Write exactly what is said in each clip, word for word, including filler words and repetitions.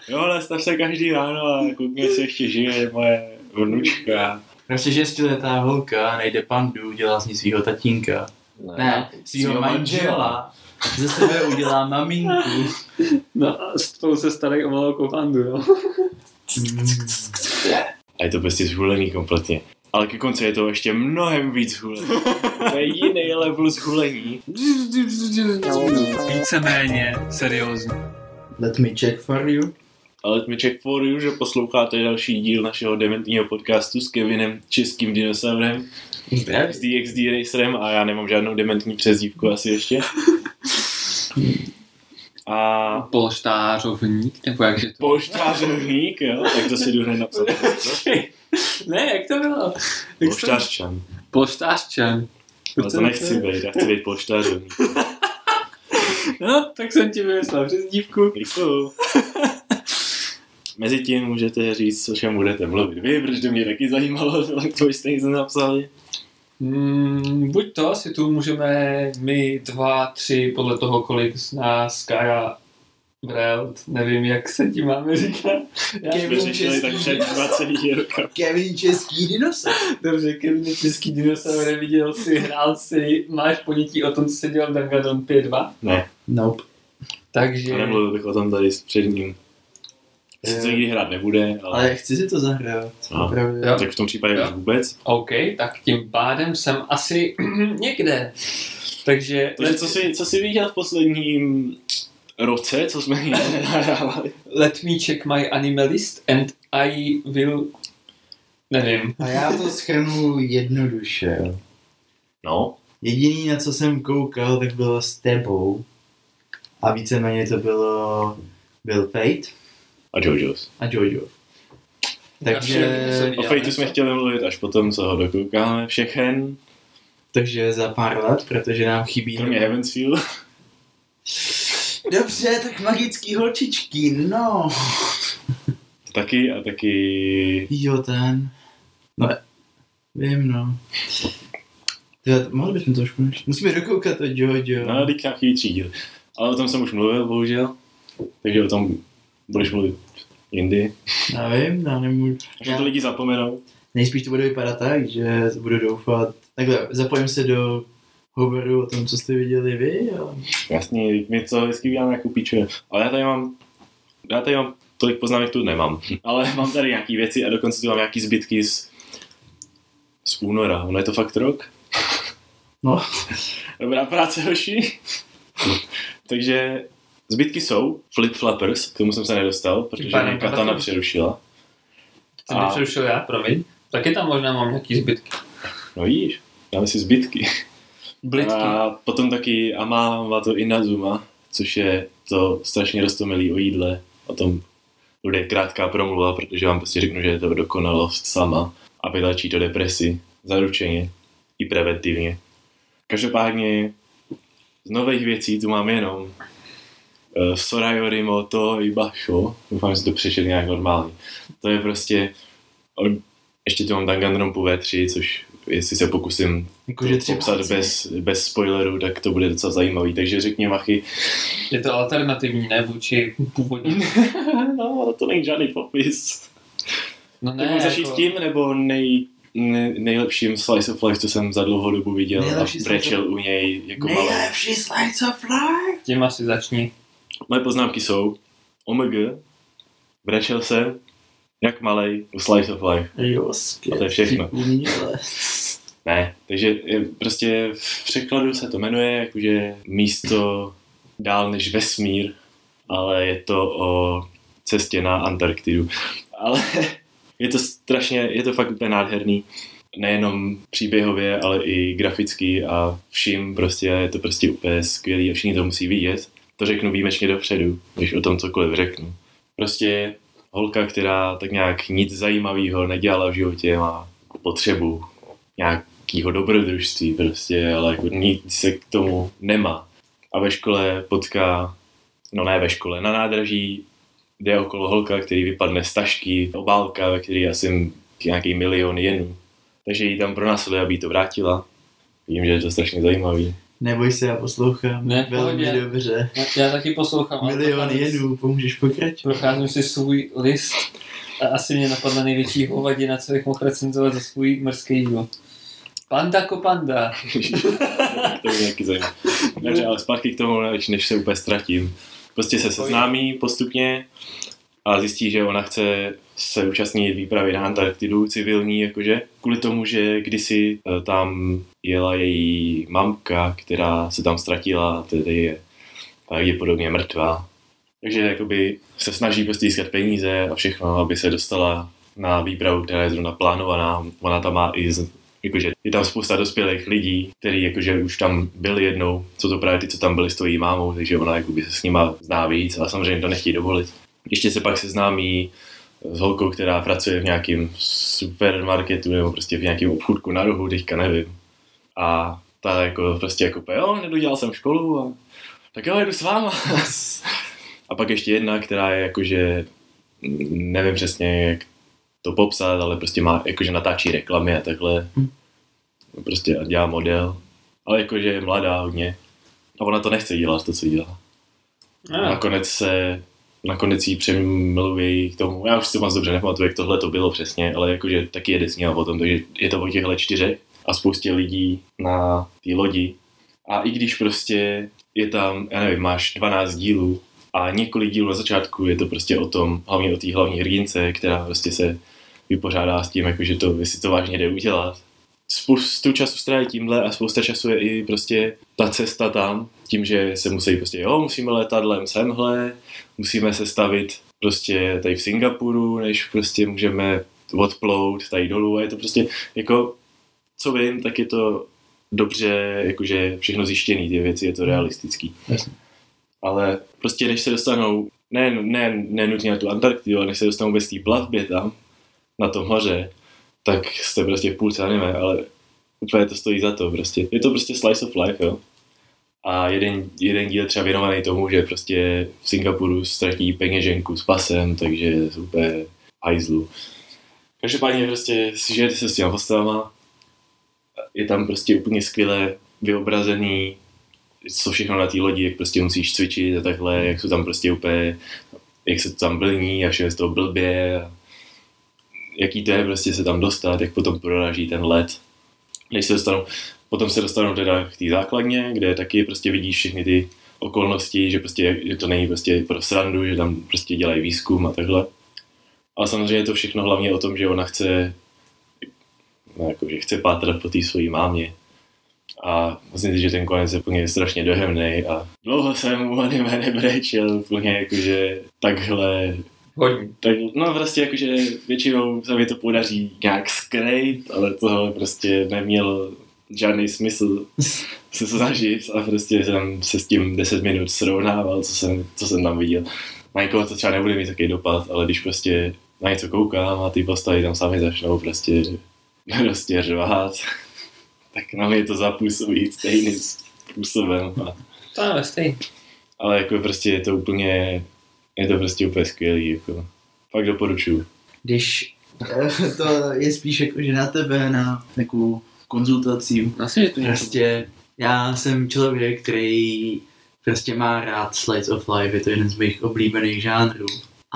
Jo, ale stav se každý ráno a koukně se ještě žije moje vnučka. Prostě šestiletá holka najde pandu, dělá z ní svýho tatínka. Ne, ne svýho manžela. Ze sebe udělá maminku. No a spolu se starají o malou pandu, jo. A je to prostě zhulený kompletně. Ale ke konci je to ještě mnohem víc zhulený. To je jiný level zhulení. Víceméně seriózní. Let me check for you. A let me check for you, že posloucháte další díl našeho dementního podcastu s Kevinem, českým dinosaurem. S D X D Racerem a já nemám žádnou dementní přezdívku asi ještě. A... Polštářovník, nebo jak je to? Polštářovník, jo? Tak to si jdu hned napsat. Ne, jak to bylo? Polštářčan. Polštářčan. Ale to nechci být, já chci být polštářovník. No, tak jsem ti vymyslel přezdívku. Děkuju. Mezitím můžete říct, o čem budete mluvit vy, protože mě taky zajímalo, to jste nic napsali. Hmm, buď to, asi tu můžeme my dva, tři, podle toho, kolik z nás Kara Vrelt, nevím, jak se tím máme říkat. Jsme řešili tak před dvaceti roky. Kevin český dinosaur. Dobře, Kevin český dinosaur, neviděl si, hrál si, máš ponětí o tom, co se dělal v Danganronpě dva? Ne. Nope. Takže... A nemluvil bych o tom tady s předním. Sice to nikdy hrát nebude, ale... Ale chci si to zahrát. No. Tak v tom případě už vůbec. OK, tak tím pádem jsem asi někde. Takže... Takže co jsi, co jsi viděl v posledním roce, co jsme nahrávali? Let me check my animalist and I will... Nevím. A já to shrnu jednoduše. Jo. No. Jediný, na co jsem koukal, tak bylo s tebou. A víceméně to bylo... Byl Fate. A JoJo's. A Jojo. Takže... O Fateu jsme chtěli mluvit až potom, co ho dokoukáme všechen. Takže za pár let, protože nám chybí... Kromě Heavensfield. Dobře, tak magický holčičky, no. Taky a taky... Jo, ten. No, vím, no. Tyhle, mohli bychom to už konečně. Musíme dokoukat to Jojo. No, teď nějaký díl. Ale o tom jsem už mluvil, bohužel. Takže o tom budeš mluvit jindy. Já vím, já nemůžu. Až já... to lidi zapomenou. Nejspíš to bude vypadat tak, že budu doufat. Takhle, zapojím se do hovoru o tom, co jste viděli vy. Ale... Jasně, my to vždycky uděláme jako píčuje. Ale já tady mám, já tady mám tolik poznámek, tu nemám. Ale mám tady nějaký věci a dokonce tu mám nějaký zbytky z, z února. Ono je to fakt rok? No. Dobrá práce, hoši. Takže zbytky jsou Flip Flappers, k tomu jsem se nedostal, protože mě Katana přerušila. Ty mě přerušil já, promiň. Taky tam možná mám nějaký zbytky. No víš, dáme si zbytky. Blitky. A potom taky Ama má to Inazuma, což je to strašně roztomilý o jídle. O tom bude krátká promluva, protože vám prostě řeknu, že je to dokonalost sama a vylečí to depresi, zaručeně i preventivně. Každopádně z nových věcí tu mám jenom uh, Sorayori Moto Ibasho, doufám, že si to přečet nějak normálně. To je prostě, ještě tu mám Danganronpu V tři, což jestli se pokusím jako, to popsat bez, bez spoilerů, tak to bude docela zajímavý. Takže řekni, Machy. Je to alternativní, ne? Vůči původní. No, to není žádný popis. No ne, tak můžu začít jako... tím, nebo nej, nej, nejlepším slice of life, co jsem za dlouhou dobu viděl nejlepší a brečel u něj jako malý. Nejlepší slice of life? Tím asi začni. Moje poznámky jsou O M G, brečel jsem jak malej u slice of life. Jo, a to je všechno. Ne, takže je, prostě v překladu se to jmenuje jakože místo dál než vesmír, ale je to o cestě na Antarktidu. Ale je to strašně, je to fakt úplně nádherný. Nejenom příběhově, ale i graficky a vším prostě je to prostě úplně skvělý a všichni to musí vidět. To řeknu výjimečně dopředu, když o tom cokoliv řeknu. Prostě holka, která tak nějak nic zajímavého nedělala v životě, má potřebu nějakého dobrodružství prostě, ale jako nic se k tomu nemá. A ve škole potká, no ne ve škole, na nádraží jde okolo holka, který vypadne z tašky, obálka, ve který asi nějaký milion jenů. Takže ji tam pronásleduje, aby ji to vrátila. Vím, že je to strašně zajímavý. Neboj se, já poslouchám. Ne, velmi pohodě. dobře. Já, já taky poslouchám. ale Milion procházím si- jenů, pomůžeš pokračovat. Procházím si svůj list a asi mě napadla největší hovadina, co bych mohl recenzovat za svůj mrzký jídlo. Panda ko panda. To je nějaký zajímavé. Takže ale zpátky k tomu, než, než se úplně ztratím. Prostě se seznámí postupně a zjistí, že ona chce se účastnit výpravy na Antarktidu civilní, jakože kvůli tomu, že kdysi tam jela její mamka, která se tam ztratila a tedy je pravděpodobně mrtvá. Takže jakoby se snaží prostě získat peníze a všechno, aby se dostala na výpravu, která je zrovna plánovaná. Ona tam má i z, jakože je tam spousta dospělých lidí, kteří jakože už tam byli jednou, jsou to právě ty, co tam byli s tvojí mámou, takže ona jakoby se s nima zná víc a samozřejmě to nechtějí dovolit. Ještě se pak seznámí s holkou, která pracuje v nějakém supermarketu nebo prostě v nějakém obchůdku na rohu, teďka nevím. A ta jako prostě jako jo, nedodělal jsem školu a tak jo, jdu s váma. A pak ještě jedna, která je jakože, nevím přesně jak to popsat, ale prostě má jakože natáčí reklamy a takhle. Prostě dělá model. Ale jakože je mladá hodně. A ona to nechce dělat, to co dělá. A nakonec se nakonec jí přemluví k tomu, já už si to moc dobře nepamatuju, jak tohle to bylo přesně, ale jakože taky jede s ním potom, takže je to o těchhle čtyřech a spoustě lidí na té lodi. A i když prostě je tam, já nevím, máš dvanáct dílů a několik dílů na začátku je to prostě o tom, hlavně o té hlavní hrdince, která prostě se vypořádá s tím, jakože to, jestli to vážně jde udělat. Spoustu času stráví tímhle a spousta času je i prostě ta cesta tam, tím, že se musí prostě, jo, musíme letadlem semhle, musíme se stavit prostě tady v Singapuru, než prostě můžeme odplout tady dolů a je to prostě, jako, co vím, tak je to dobře, jakože všechno zjištěný, ty věci, je to realistický. Jasně. Ale prostě než se dostanou, ne, ne, ne nutně na tu Antarktidu, ale než se dostanou bez té plavbě tam, na tom hoře, tak jste prostě v půlce anime, ale úplně to stojí za to prostě. Je to prostě slice of life, jo. A jeden, jeden díl třeba věnovaný tomu, že prostě v Singapuru ztratí peněženku s pasem, takže je úplně hajzlu. Každopádně prostě si žijete se s těma postavama, je tam prostě úplně skvěle vyobrazený, co všechno na té lodi, jak prostě musíš cvičit a takhle, jak jsou tam prostě úplně, jak se to tam blní a všechno z toho blbě a jaký to je prostě se tam dostat, jak potom proráží ten led. Než se dostanou, potom se dostanou teda k té základně, kde taky prostě vidíš všechny ty okolnosti, že prostě že to není prostě pro srandu, že tam prostě dělají výzkum a takhle. Ale samozřejmě je to všechno hlavně o tom, že ona chce, no jako, že chce pátrat po té svojí mámě. A myslím si, že ten konec je úplně strašně dohemnej a dlouho jsem u anime nebrečel úplně jakože takhle. Hodně. Tak, no prostě jakože většinou se mi to podaří nějak skrejt, ale tohle prostě nemělo žádný smysl se snažit a prostě jsem se s tím deset minut srovnával, co jsem, co jsem tam viděl. Na někoho to třeba nebude mít takový dopad, ale když prostě na něco koukám a ty postavy tam sami začnou prostě, prostě řvát, tak na mě to zapůsobí stejným způsobem. A, To je stejný. ale jako prostě je to úplně, je to prostě úplně skvělý, jako. Fakt doporučuju. Když to je spíš jako, že na tebe, na takovou konzultaci. Asi, že to je Prostě já jsem člověk, který prostě má rád slice of life, je to jeden z mých oblíbených žánrů.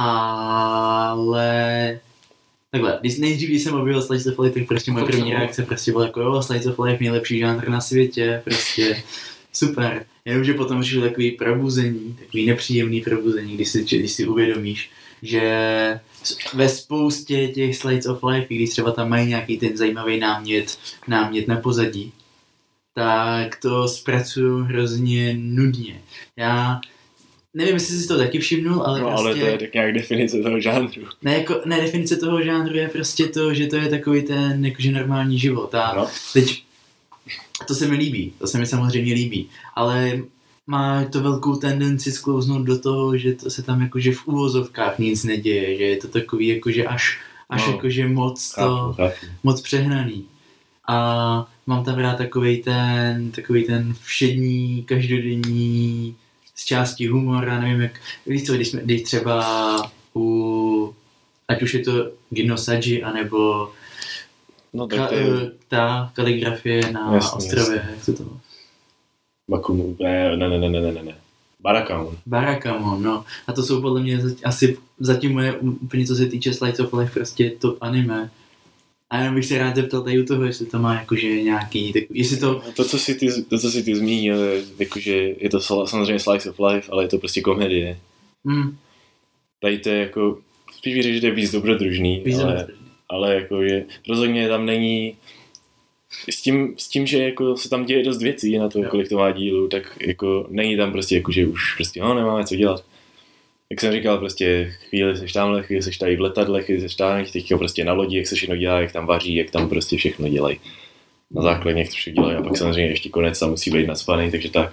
Ale takhle, když nejdřív, když jsem objevil slice of life, tak prostě moje první reakce prostě byla jako jo, slice of life nejlepší žánr na světě, prostě super. Jenomže potom přišlo takový probuzení, takový nepříjemný probuzení, když si, když si uvědomíš, že ve spoustě těch slice of life, když třeba tam mají nějaký ten zajímavý námět, námět na pozadí, tak to zpracuju hrozně nudně. Já nevím, jestli jsi to taky všimnul, ale no, prostě... ale to je tak nějak definice toho žánru. Ne, jako, ne, definice toho žánru je prostě to, že to je takový ten jakože normální život. A no. teď, to se mi líbí, to se mi samozřejmě líbí, ale má to velkou tendenci sklouznout do toho, že to se tam jakože v uvozovkách nic neděje, že je to takový jakože až, až no. jakože moc to, chápu, chápu. moc přehnaný. A mám tam rád takovej ten, takový ten všední, každodenní z části humora, nevím jak, víš co, když, jsme, když třeba u, ať už je to Ginosaji, anebo no, ka, je... ta kaligrafie na jasný, ostrově, jasný. jak se to Bakumu, ne, ne, ne, ne, ne, ne, ne. Barakamon. Barakamon, no. A to jsou podle mě asi zatím moje úplně, co se týče Slice of Life, prostě to anime. A jenom bych se rád zeptal tady u toho, jestli to má jakože nějaký, tak, jestli to... To, co si ty, to, co si ty zmínil, je, jakože je to samozřejmě Slice of Life, ale je to prostě komedie. Hmm. Tady to je jako, spíš bych řekl, že to je víc dobrodružný, víc ale, dobrodružný. ale jako, že rozhodně tam není, s tím, s tím, že jako se tam děje dost věcí na to, jo. kolik to má dílů, tak jako není tam prostě jako, že už prostě, no, nemáme co dělat. Jak jsem říkal, prostě chvíli seš tamhle, chvíli seš tady v letadle, chvíli seš tamhle, teďka prostě na lodi, jak se všechno dělá, jak tam vaří, jak tam prostě všechno dělají. Na základě jak to všechno dělají a pak samozřejmě ještě konec tam musí být nacpaný, takže tak.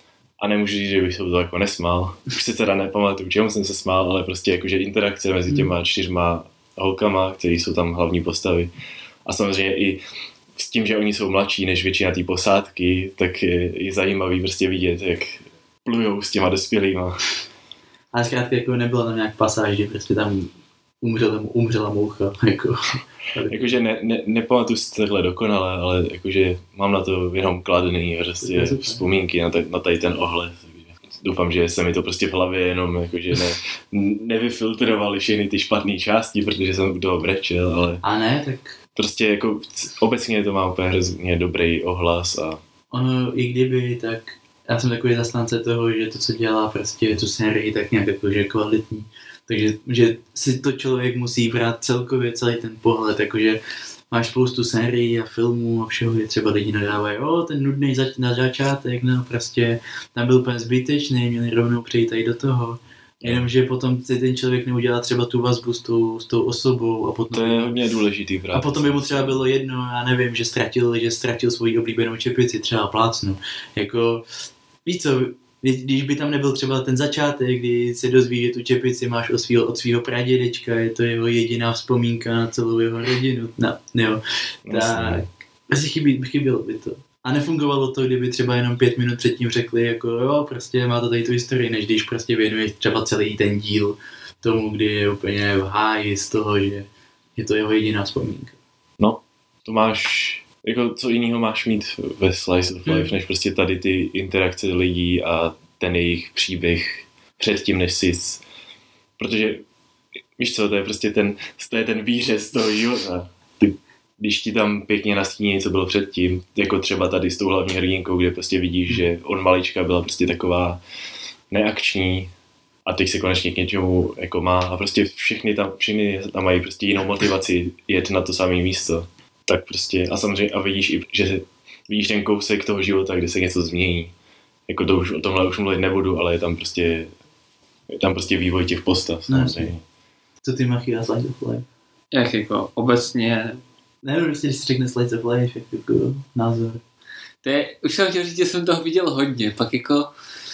A nemůžu říct, že bych se to jako nesmál. Už se teda nepamatuju, čemu jsem se smál, ale prostě jakože interakce mezi těma čtyřma holkama, kteří jsou tam hlavní postavy. A samozřejmě i s tím, že oni jsou mladší než většina té posádky, tak je, je zajímavý prostě vidět, jak plujou s těma dospělýma. Ale zkrátka jako nebyla tam nějak pasáž, že prostě tam umřela, umřela moucha. Jako. Jakože ne, ne, nepamatuju si takhle dokonale, ale jakože mám na to jenom kladný prostě vzpomínky na, t- na tady ten ohled. Doufám, že se mi to prostě v hlavě jenom jakože ne, nevyfiltrovali všechny ty špatné části, protože jsem u toho brečel, ale... A ne, tak... Prostě jako obecně to má úplně hrozně dobrý ohlas a... Ono, i kdyby, tak... Já jsem takový zastánce toho, že to, co dělá prostě tu sérii, tak nějak jakože kvalitní. Takže že si to člověk musí brát celkově celý ten pohled, jakože máš spoustu sérií a filmů a všeho, kde třeba lidi nadávají, o, ten nudný zač- na začátek, no prostě tam byl úplně zbytečný, měli rovnou přejít tady do toho. Jenomže potom si ten člověk neudělá třeba tu vazbu s tou, s tou osobou a potom... To je hodně důležitý právě. A potom by mu třeba bylo jedno, já nevím, že ztratil, že ztratil svoji oblíbenou čepici, třeba plácnu. Jako, víš co, když by tam nebyl třeba ten začátek, kdy se dozví, že tu čepici máš od svýho, od svýho pradědečka, je to jeho jediná vzpomínka na celou jeho rodinu, na, jo, tak asi chybí, chybělo by to. A nefungovalo to, kdyby třeba jenom pět minut předtím řekli, jako jo, prostě má to tady tu historii, než když prostě věnuješ třeba celý ten díl tomu, kdy je úplně v háji z toho, že je to jeho jediná vzpomínka. No, to máš, jako co jiného máš mít ve Slice of Life, hmm. než prostě tady ty interakce lidí a ten jejich příběh předtím, než jsi, protože víš co, to je prostě ten, to je ten výřez toho života. Ty, když ti tam pěkně nastíní, co bylo předtím, jako třeba tady s tou hlavní hrdinkou, kde prostě vidíš, že on malička byla prostě taková neakční a teď se konečně k něčemu jako má a prostě všechny tam, všechny tam mají prostě jinou motivaci jet na to samé místo. Tak prostě a samozřejmě a vidíš i, že vidíš ten kousek toho života, kde se něco změní. Jako to už, o tomhle už mluvit nebudu, ale je tam prostě je tam prostě vývoj těch postav. Samozřejmě. Co ty Machy a Slice of Life? Jak jako obecně... Ne, prostě když si řekne Slice of Life, jak jako názor. To je, už jsem chtěl říct, že jsem toho viděl hodně, pak jako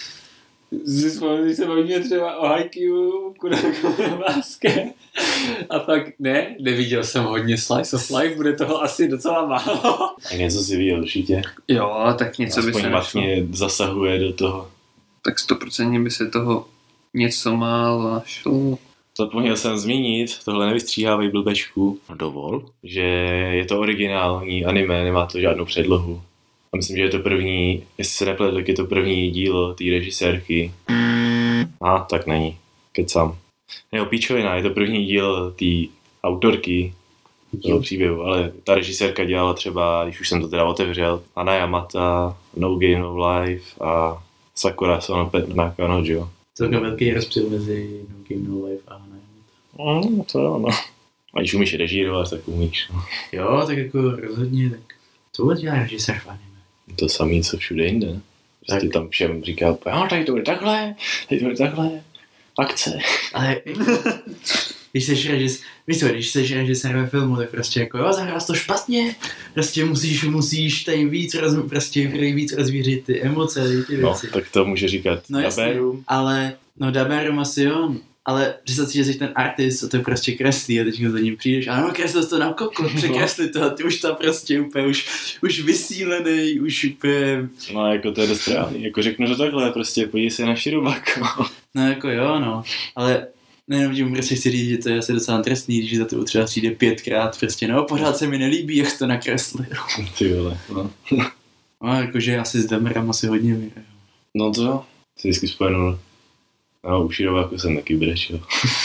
když se bavíme třeba o Haikyuu, Kuroko Báske a pak ne, neviděl jsem hodně Slice of Life, bude toho asi docela málo. A něco si viděl určitě. Jo, tak něco by se aspoň matně zasahuje do toho. Tak stoprocentně by se toho něco málo našlo. Zapomněl jsem zmínit, tohle nevystříhávej blbečku, dovol, že je to originální anime, nemá to žádnou předlohu. A myslím, že je to první, jestli se nepletu, tak je to první dílo té režisérky. A tak není, kecám. Jeho píčovina, je to první díl té autorky toho příběhu, ale ta režisérka dělala třeba, když už jsem to teda otevřel, Hana Yamata, No Game No Life a Sakura Sono Kanojo. Celkem velký rozpřil mezi No Game No Life a Hana Yamata. No, to jo, no. A když umíš režírovat, tak umíš. No. Jo, tak jako rozhodně, tak co vůbec dělá režisér v anime? To samé, co všude jinde. Prostě tam všem říká, no, tady to bude takhle, tady to bude takhle, akce. Ale když jsi režisér, víš co, když jsi režisér ve filmu, tak prostě jako jo, zahrál to špatně, prostě musíš, musíš tady víc, roz, prostě víc rozvířit ty emoce, ty věci. No, tak to může říkat no, dabérům. Ale, no dabérům asi jo, ale představ si, že jsi ten artist a to prostě kreslí a teď za ním přijdeš a no, kreslil jsi to na kokot, překresli to a ty už tam prostě úplně už, už vysílený, už úplně... No jako to je dost reálný, jako řeknu to takhle, prostě podívej se na Širobako. No jako jo, no, ale nejenom tím prostě chci říct, že to je asi docela trestný, když za to třeba přijde pětkrát, prostě no, pořád se mi nelíbí, jak to nakreslil. Ty vole, no. No, jakože asi s Demerem asi hodně vyhraju. No to jo, jsi vždycky spojenul. No, u Širováku jsem taky brečil.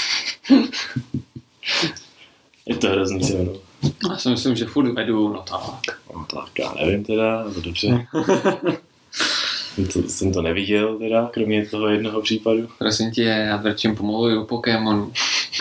Je to hrozný se mnou. Já si myslím, že furt vedu, no tak. No tak, já nevím teda, no dobře. to, jsem to neviděl teda, kromě toho jednoho případu. Prosím tě, já vrčím pomalu o Pokémonu.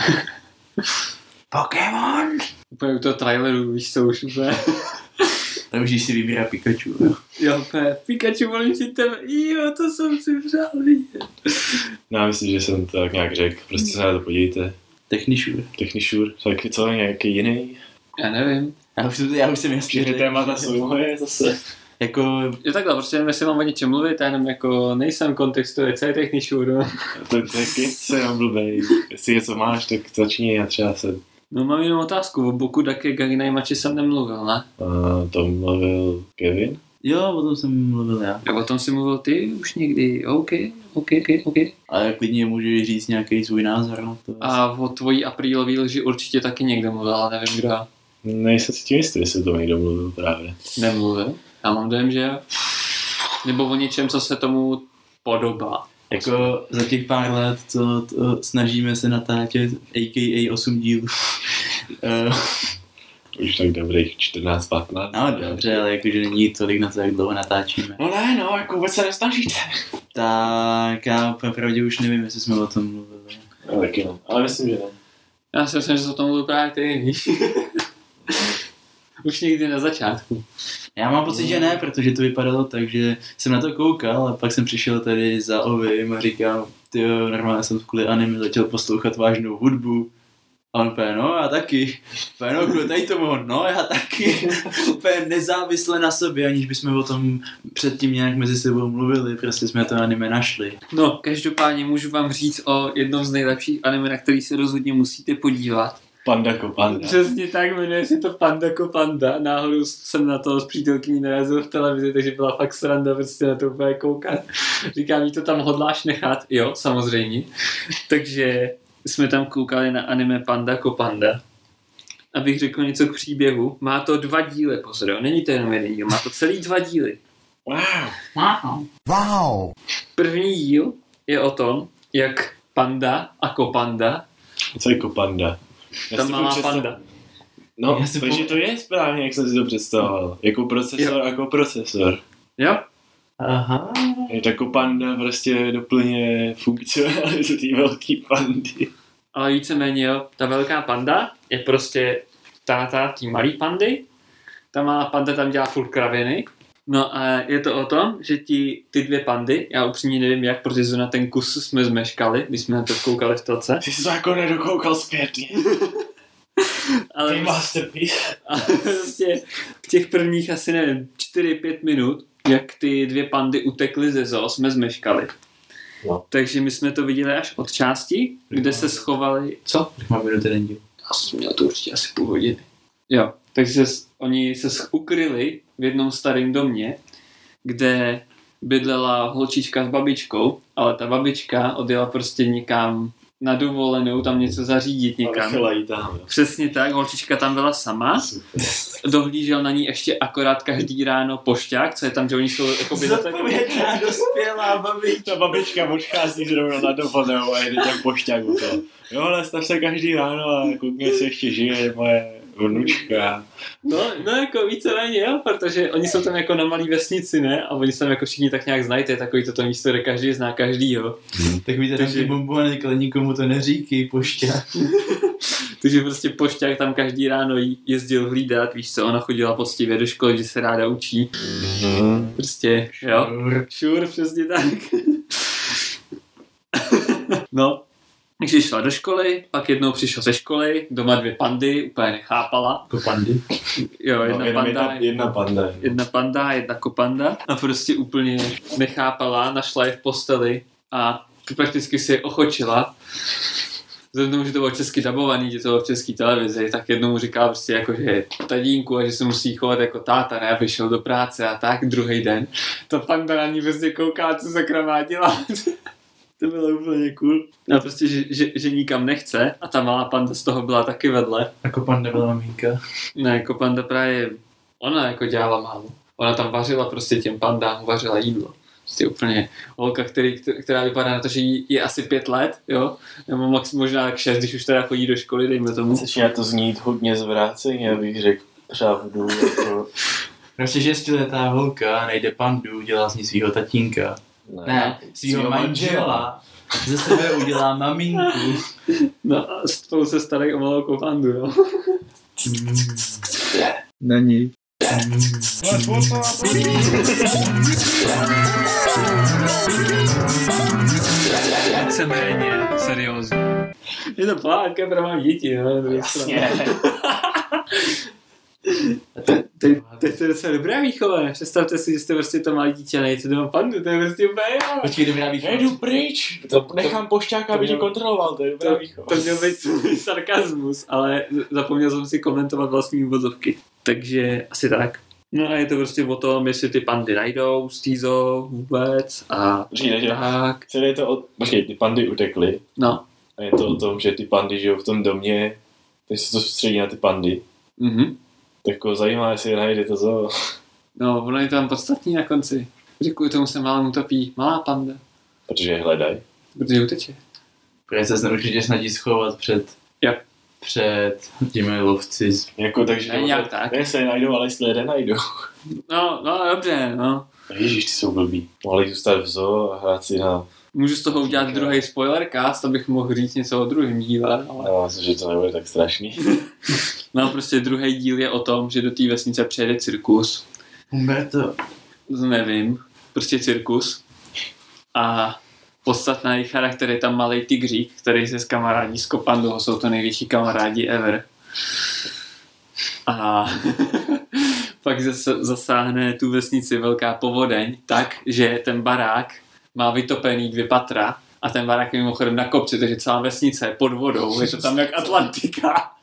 Pokémon! Úplně u toho traileru, víš co, už úplně. Nemůžeš si vybírat Pikachu, jo? Jo, úplně, Pikachu, volím si tebe, jo, to jsem si přál vidět. No, já myslím, že jsem to tak nějak řekl, prostě se na to podívejte. Technišur. Technišur, tak co, nějaký jiný? Já nevím. Já už, já už jsem jasně Všechny témata jsou moje zase. Jako... Jo takhle, prostě nevím, jestli mám o něčem mluvit, já jenom jako nejsem kontextuje, co je Technišur, no. To, to je kejce, já blbej. Jestli něco máš, tak začni a třeba se... No mám jenom otázku, o Boku Dake Garinai Machi jsem nemluvil, ne? A to mluvil Kevin? Jo, o tom jsem mluvil já. A o tom si mluvil ty už někdy, OK, OK, OK, OK. Ale klidně můžeš říct nějaký svůj názor na to. A o tvojí aprílový lži určitě taky někdo mluvil, ale nevím kdo. Nejsem si tím jistý, jestli to někdo mluvil právě. Nemluvil? Já mám dojem, že nebo o něčem, co se tomu podobá. Jako za těch pár let, co to snažíme se natáčet, a k a osm dílů. Už tak dobrých čtrnáct patnáct. No dobře, ale jakože není tolik na to, jak dlouho natáčíme. No ne, no, jako vůbec se nesnažíte. Tak já opravdu už nevím, jestli jsme o tom mluvili. No taky no, ale myslím, že ne. Já si myslím, že se o tom mluvil právě ty, víš. Už někdy na začátku. Já mám pocit, že ne, protože to vypadalo tak, že jsem na to koukal a pak jsem přišel tady za Ovim a říkal, tyjo, normálně jsem kvůli anime začal poslouchat vážnou hudbu. A on úplně, no já taky. Úplně, no kvůli tady tomu, no já taky. Úplně nezávisle na sobě, aniž bychom o tom předtím nějak mezi sebou mluvili, prostě jsme to anime našli. No, každopádně můžu vám říct o jednom z nejlepších anime, na který se rozhodně musíte podívat. Panda ko panda. Přesně tak, jmenuje se to Panda ko panda. Náhodou jsem na to s přítelkyní narazil v televizi, takže byla fakt sranda prostě na to úplně koukat. Říkám, jí to tam hodláš nechat? Jo, samozřejmě. Takže jsme tam koukali na anime Panda ko panda. Abych řekl něco k příběhu. Má to dva díly, pozor, jo. Není to jenom jeden díl, má to celý dva díly. Wow. Wow. Wow. První díl je o tom, jak panda a kopanda. Co je kopanda? Ta malá panda. No, Já si takže pom- to je správně, jak jsem si to představoval. Jako procesor Jo. jako procesor. Jo? Aha. Je ta kopanda prostě doplně funkcionalitu té velký pandy. Ale víceméně jo, ta velká panda je prostě táta tý malý pandy. Ta malá panda tam dělá furt kraviny. No a je to o tom, že ti, ty dvě pandy, já upřímně nevím jak, protože na ten kus jsme zmeškali, když jsme na to koukali v telce. Ty jsi to jako nedokoukal zpětně. Ale, Ty masterpiece. ale prostě v těch prvních asi nevím, čtyři pět minut, jak ty dvě pandy utekly ze zoo, jsme zmeškali. No. Takže my jsme to viděli až od části, kde se schovali... Co? Tak mám minut jeden díl. Já jsem měl to určitě asi půl hodiny. Jo, takže se, oni se sch- ukryli v jednom starém domě, kde bydlela holčička s babičkou, ale ta babička odjela prostě někam na dovolenou, tam něco zařídit někam. Ale jí tam, jo. Přesně tak, holčička tam byla sama. Dohlížel na ní ještě akorát každý ráno pošťák, co je tam, že oni jsou jako by Zodpovědná dospělá babička. Ta babička odchází zrovna na dovolenou a jede ten pošťák u toho. Jo, ale stav se každý ráno a koukně, jestli ještě žije moje vnučka. No, no jako víceméně jo, protože oni jsou tam jako na malý vesnici, ne? A oni se tam jako všichni tak nějak znají, to je takový toto místo, kde každý zná každýho. Tak víte, Takže- takže bombonek, ale nikomu to neříkej, pošťák. Takže prostě pošťák tam každý ráno jí jezdil hlídat, víš co, ona chodila poctivě do školy, že se ráda učí. Mm. Prostě, jo. Sure, přesně tak. No, takže šla do školy, pak jednou přišla ze školy, doma dvě pandy, úplně nechápala. Jako pandy. Jo, jedna No, jenom panda, jedna, jedna panda. jedna panda, jedna kopanda a prostě úplně nechápala, našla je v posteli a prakticky si je ochočila. Vzhledem tomu, že to bylo česky dabovaný, že to bylo v české televizi, tak jednou mu říkala prostě jako, že tatínku a že se musí chovat jako táta, ne, aby šel do práce a tak, druhý den. Ta panda na ní prostě kouká, co sakra má dělat. To bylo úplně cool. A prostě, že, že, že nikam nechce a ta malá panda z toho byla taky vedle. Jako panda byla maminka. Ne, jako panda právě, ona jako dělala málo. ona tam vařila prostě těm pandám, vařila jídlo. Prostě úplně holka, který, která vypadá na to, že jí je asi pět let, jo, nebo max, možná tak šest, když už teda chodí do školy, dejme tomu. Začíná to znít hodně zvráceně, abych řekl pravdu. Jako... Prostě šestiletá holka najde pandu, dělá z ní svýho tatínka. Ne, ne svýho manžela. Ze sebe udělá maminku. No a spolu se starají o malou pandu, jo. Mm. Na ní. Víceméně seriózní. Je to plánka pro mám děti, no. Jasně. Teď to je docela dobrá výchova. Představte si, že jste prostě to malé dítě a nejste doma pandu, to je prostě úplně jo. Počkej, dobrá výchova. Jdu pryč, to, to nechám pošťáka, aby tě kontroloval, to je dobrá výchova. To, to měl být sarkazmus, ale zapomněl jsem si komentovat vlastní uvozovky. Takže asi tak. No a je to prostě o tom, jestli ty pandy najdou, stízou vůbec a Počkej, tak. Celé je to o... Počkej, ty pandy utekly. No. A je to o tom, že ty pandy žijou v tom domě, teď se to soustředí na ty pandy. Mhm. Tak jako zajímá, jestli je najde to zoo. No, ono je tam podstatný na konci. Děkuji, tomu se málem utopí malá panda. Protože je hledají. Protože uteče. Protože se určitě snaží schovat před... Jo. Před těmi lovci. Jako takže... Ne, nějak tak. Ne, se je najdou, ale jestli jeden najdou. No, no, dobře, no. Ježíš, ty jsou blbý. Mohli zůstat v zoo a hrát si na... Můžu z toho udělat druhý spoilercast, abych mohl říct něco o druhém díle. Ale... Já myslím, že to nebude tak strašný. No, prostě druhý díl je o tom, že do té vesnice přijede cirkus. Humberto. Nevím, prostě cirkus. A podstatný charakter je tam malej tygřík, který se skamarádí s Kopandou, jsou to největší kamarádi ever. A pak zas, zasáhne tu vesnici velká povodeň tak, že ten barák má vytopený dvě patra a ten barák je mimochodem na kopci, takže celá vesnice je pod vodou, je to tam jak Atlantika.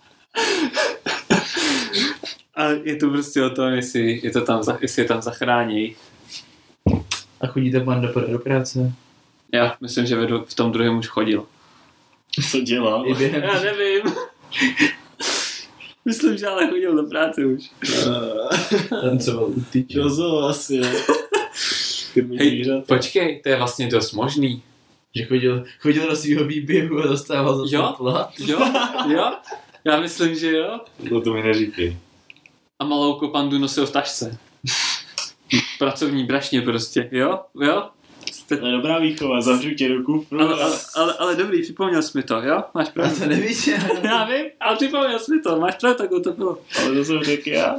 A je to prostě o tom, jestli je, to tam, jestli je tam zachrání. A chodí ta banda půjde do práce? Já myslím, že vedu, v tom druhém už chodil. Co dělá? Já nevím. Myslím, že ale chodil do práce už. Tancoval u tyče. To zoo asi, ne? Hej, počkej, to je vlastně dost možný. Že chodil, chodil do svýho výběhu a dostával za to plat. Jo, jo, já myslím, že jo. No to mi neříkej. A malou kopandu nosil v tašce. Pracovní brašně prostě, jo, jo. Jste... To je dobrá výchova, zavřu tě do kufru. Ale, ale, ale, ale dobrý, připomněl jsi mi to, jo? Máš pravdu. A to nevíš, já... já vím, ale připomněl jsi mi to, máš pravdu, tak to bylo. Ale to jsem řekl já.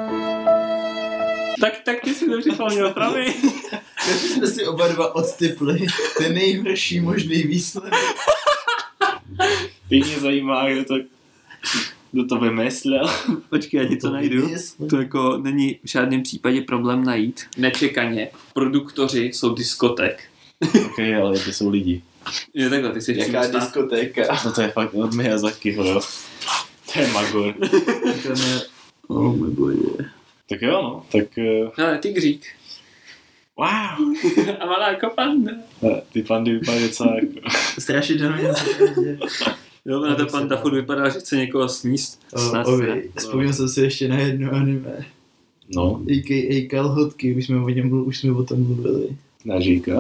Tak, tak ty jsi to připomněl, pravý. Takže jsme si oba dva odtypli ten nejhorší možný výsledek. Teď mě zajímá, kdo to, kdo to vymyslel. Počkej, já ti to, to najdu. To jako není v žádném případě problém najít. Nečekaně. Produktoři jsou diskotek. Ok, ale to jsou lidi. Je takhle, ty jsi jaká přímo diskotéka? No to je fakt od Miyazakiho, jo. To je magor. To ne... Oh můj bože. Tak jo, no, tak... Uh... No, tygřík. Wow. A malá kopanda. Ty pandy vypadají docela jako... Strašidelně. Jo, na ta panda furt vypadá, že chce někoho sníst. Oh, ovi, vzpomněl jsem si ještě na jedno anime. No. á ká á Kalhotky, už jsme o něm mluvili, už jsme o tom mluvili. Nažíka?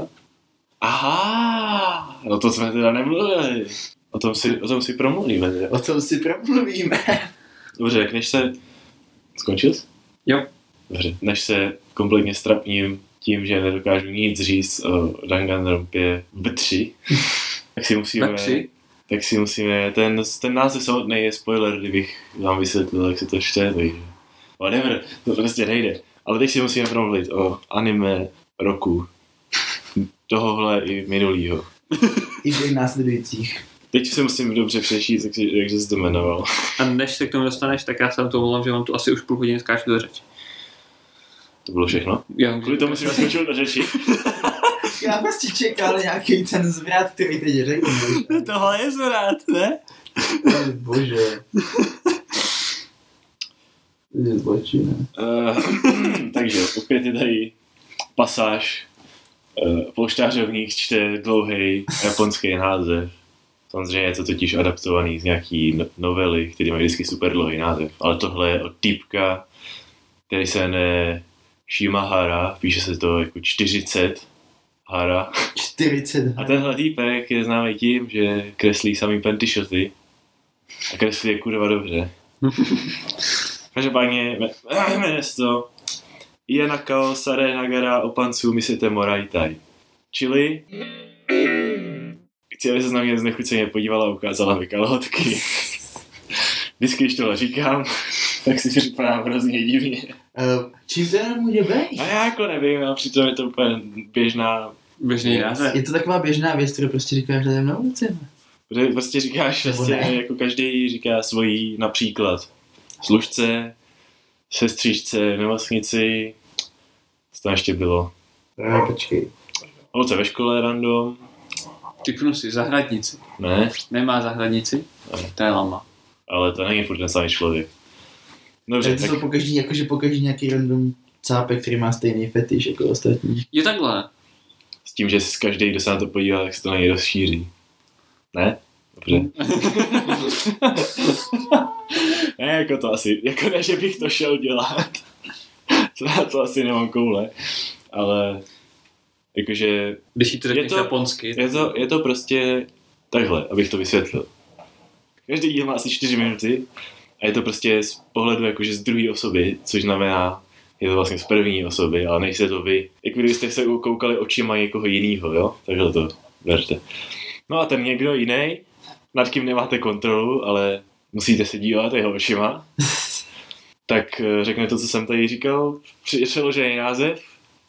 Aha, no to jsme teda nemluvili. O tom si, o tom si promluvíme. Teda. O tom si promluvíme. Dobře, jak než se... Skončil jsi? Jo. Dobře, než se kompletně strapním tím, že nedokážu nic říct o Danganronpě V tři, tak si musíme... V tři? Tak si musíme... Ten, ten název samotný je spoiler, kdybych vám vysvětlil, jak se to čte, takže... Whatever, to prostě nejde. Ale teď si musíme promluvit o anime roku. Tohohle i minulýho. I těch následujících. Teď si musím dobře přečíst, jak, jak jsi to jmenoval. A než se k tomu dostaneš, tak já se vám to omlouvám, že vám tu asi už půl hodiny skáču do řeči. To bylo všechno? Já Kvůli tomu si skočil do řeči. Já prostě čekal nějaký ten zvrat, který teď řeknu. Tohle je zvrat, ne? Bože. To je zločina. Uh, takže opět je tady pasáž. Uh, Polštářovník čte dlouhý japonský název. Samozřejmě je to totiž adaptovaný z nějaký no- novely, které mají vždycky super dlouhý název. Ale tohle je od týpka, který se jmenuje Shimahara, píše se to jako čtyřicet Hara. čtyřicet A tenhle týpek je známý tím, že kreslí samý panty-shoty a kreslí je kurva dobře. Každopádně jmenuje se to Ienakao Sare Nagara Opansu Misete Moraitai. Čili chci, aby se na mě znechuceně podívala a ukázala mi kalhotky. Vždycky, když tohle říkám, tak si připadám hrozně divně. Uh, čím to jenom může být? A já jako nevím, a přitom je to úplně běžná... Běžný název. Je to taková běžná věc, kterou prostě říkáš lidem na ulici. Protože prostě říkáš, vlastně, jako každý říká svojí například služce, sestřičce, nemocnici, co tam ještě bylo? No, počkej. Holce ve škole random. Typnu si zahradnici. Ne, Nemá zahradnici? Ne. To je lama. ale to není furt ten samý člověk. Dobře, Takže tak... to jsou pokaždý, jakože pokaždý nějaký random cápek, který má stejný fetiš jako ostatní. Je takhle. S tím, že každý, kdo se na to podívá, tak se to na něj rozšíří. Ne? Dobře. Ne, jako to asi, jako ne, že bych to šel dělat. Na to asi nemám koule. Ale jakože... Když ti to řekneš to- japonsky. Je to, je to prostě takhle, abych to vysvětlil. Každý díl má asi čtyři minuty a je to prostě z pohledu jakože z druhé osoby, což znamená, je to vlastně z první osoby, ale nejste to vy. Jako kdybyste se koukali očima někoho jinýho, jo? Takhle to berte. No a ten někdo jiný, nad kým nemáte kontrolu, ale musíte se dívat jeho očima, tak eh, řekne to, co jsem tady říkal, přeložený název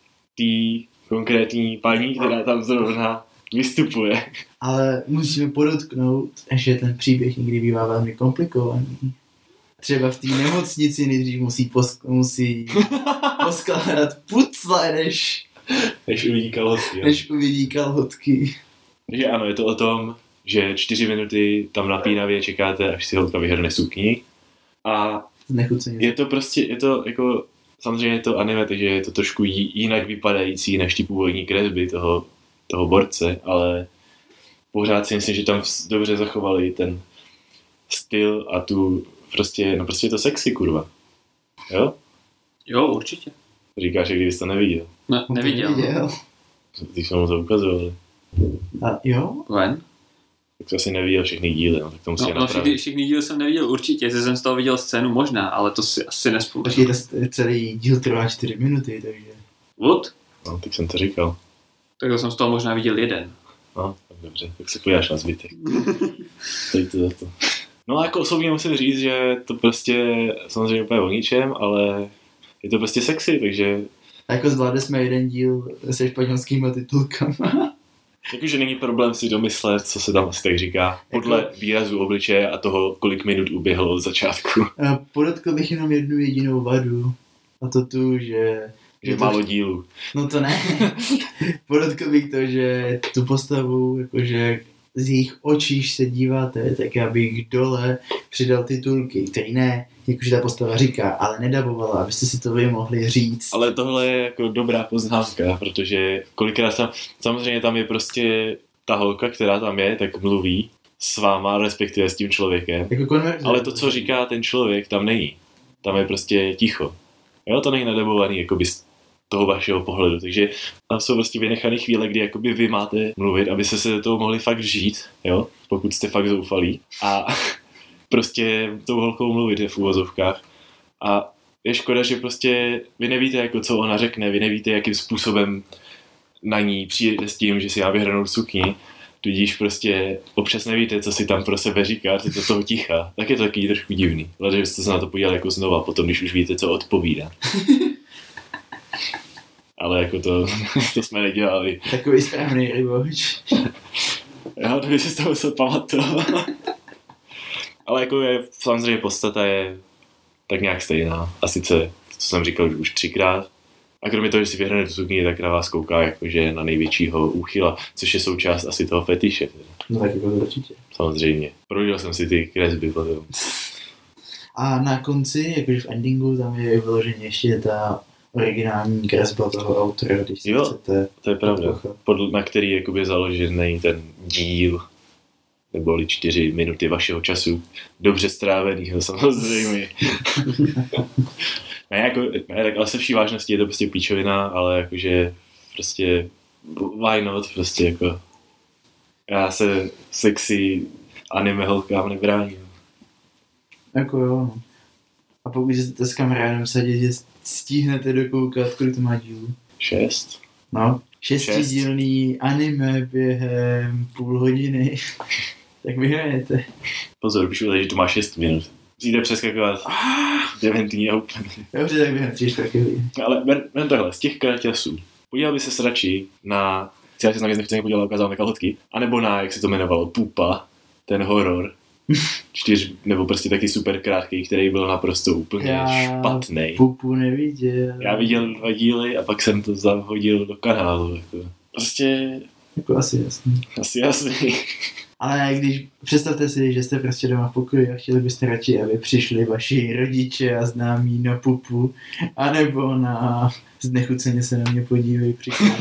té konkrétní paní, která tam zrovna vystupuje. Ale musíme podotknout, že ten příběh někdy bývá velmi komplikovaný. Třeba v té nemocnici nejdřív musí, posk- musí poskládat pucle, než, Než uvidí kalhotky. jo. než uvidí kalhotky. Takže ano, je to o tom, že čtyři minuty tam napínavě čekáte, až si holka vyhrne sukni. A Znechuceně. je to prostě, je to jako, samozřejmě je to anime, takže je to trošku jí- jinak vypadající než ty původní kresby toho, toho borce, ale pořád si myslím, že tam vs- dobře zachovali ten styl a tu prostě, no prostě je to sexy, kurva. Jo? Jo, určitě. Říkáš, že kdybys to neviděl. Ne, neviděl. neviděl. Když jsme mu to ukazovali. A jo? Ven? Tak to asi neviděl všechny díly, no, tak to musí No, no napravit. všechny, všechny díly jsem neviděl určitě, že jsem z toho viděl scénu možná, ale to si asi nespomínám. Počkej, to celý díl trvá čtyři minuty, takže... What? No, tak jsem to říkal. Tak to jsem z toho možná viděl jeden. No, tak dobře, tak se podíváš na zbytek. Stojí to za to. No a jako osobně musím říct, že to prostě samozřejmě úplně o ničem, ale je to prostě sexy, takže A jako zvládli jsme jeden díl se španělskýma titulkama. jakože není problém si domyslet, co se tam asi tak říká, podle výrazu obličeje a toho, kolik minut uběhlo od začátku. A podotkl bych jenom jednu jedinou vadu. A to tu, že... Že to- málo dílů. No to ne. Podotkl bych to, že tu postavu, jakože z jejich očí se díváte, tak já bych dole přidal titulky, který ne, jakože ta postava říká, ale nedabovala, abyste si to vy mohli říct. Ale tohle je jako dobrá poznámka, protože kolikrát tam, samozřejmě tam je prostě ta holka, která tam je, tak mluví s váma, respektive s tím člověkem. Jako konverze. Ale to, co říká ten člověk, tam není. Tam je prostě ticho. Jo, to není nadabovaný jakoby z toho vašeho pohledu. Takže tam jsou prostě vynechané chvíle, kdy jakoby vy máte mluvit, aby se se do toho mohli fakt vžít, jo, pokud jste fakt zoufalí. A prostě tou holkou mluvit je v úvozovkách. A je škoda, že prostě vy nevíte, jako co ona řekne, vy nevíte, jakým způsobem na ní přijdete s tím, že si já vyhranou sukni, tudíž prostě občas nevíte, co si tam pro sebe říká, ty to toho ticha, tak je to taky trošku divný. Hledaj, že jste se na to podívali jako znova, potom, když už víte, co odpovídá. Ale jako to, to jsme nedělali. Takový správný ryboč. Jo, to by si z toho musel pamatovat. Ale jako je, samozřejmě podstata je tak nějak stejná. A sice, co jsem říkal už třikrát. A kromě toho, že si vyhrane tu sukni, tak na vás kouká jakože na největšího úchyla, což je součást asi toho fetiše. Teda. No tak jako to určitě. Samozřejmě. Prodělal jsem si ty kresby potom. A na konci, jakože v endingu, tam je vyloženě ještě ta originální kresba toho autora, když si Jo. chcete. To je pravda. poslouchat. Podle, na který jakoby založený ten díl, neboli čtyři minuty vašeho času, dobře strávenýho samozřejmě. Ne, jako, ne, tak ale se vší vážností je to prostě píčovina, ale jakože prostě why not, prostě jako já se sexy anime holkám nebráním. Jako jo, no. A pokud jste s kamarádem sadit, že stíhnete dokoukat, kolik to má dílů? Šest? No, šestidílný anime během půl hodiny, tak vyhrajete. Pozor, píšu tady, že to má šest minut. Musíte přeskakovat deventý a úplně. Dobře, tak během tři čtvrtě hodiny. Ale ber, ber takhle, z těch kraťasů, podíval by se radši na, já se na mě nechci podíval, ukázal na kalhotky, anebo na, jak se to jmenovalo, Pupa, ten horor, čtyř, nebo prostě taky super krátký, který byl naprosto úplně Já špatný. Pupu neviděl. Já viděl dva díly a pak jsem to zahodil do kanálu. Jako. Prostě Jako asi jasný. asi jasný. Ale když představte si, že jste prostě doma v pokoji a chtěli byste radši, aby přišli vaši rodiče a známí na Pupu, anebo na znechuceně se na mě podívej příklad.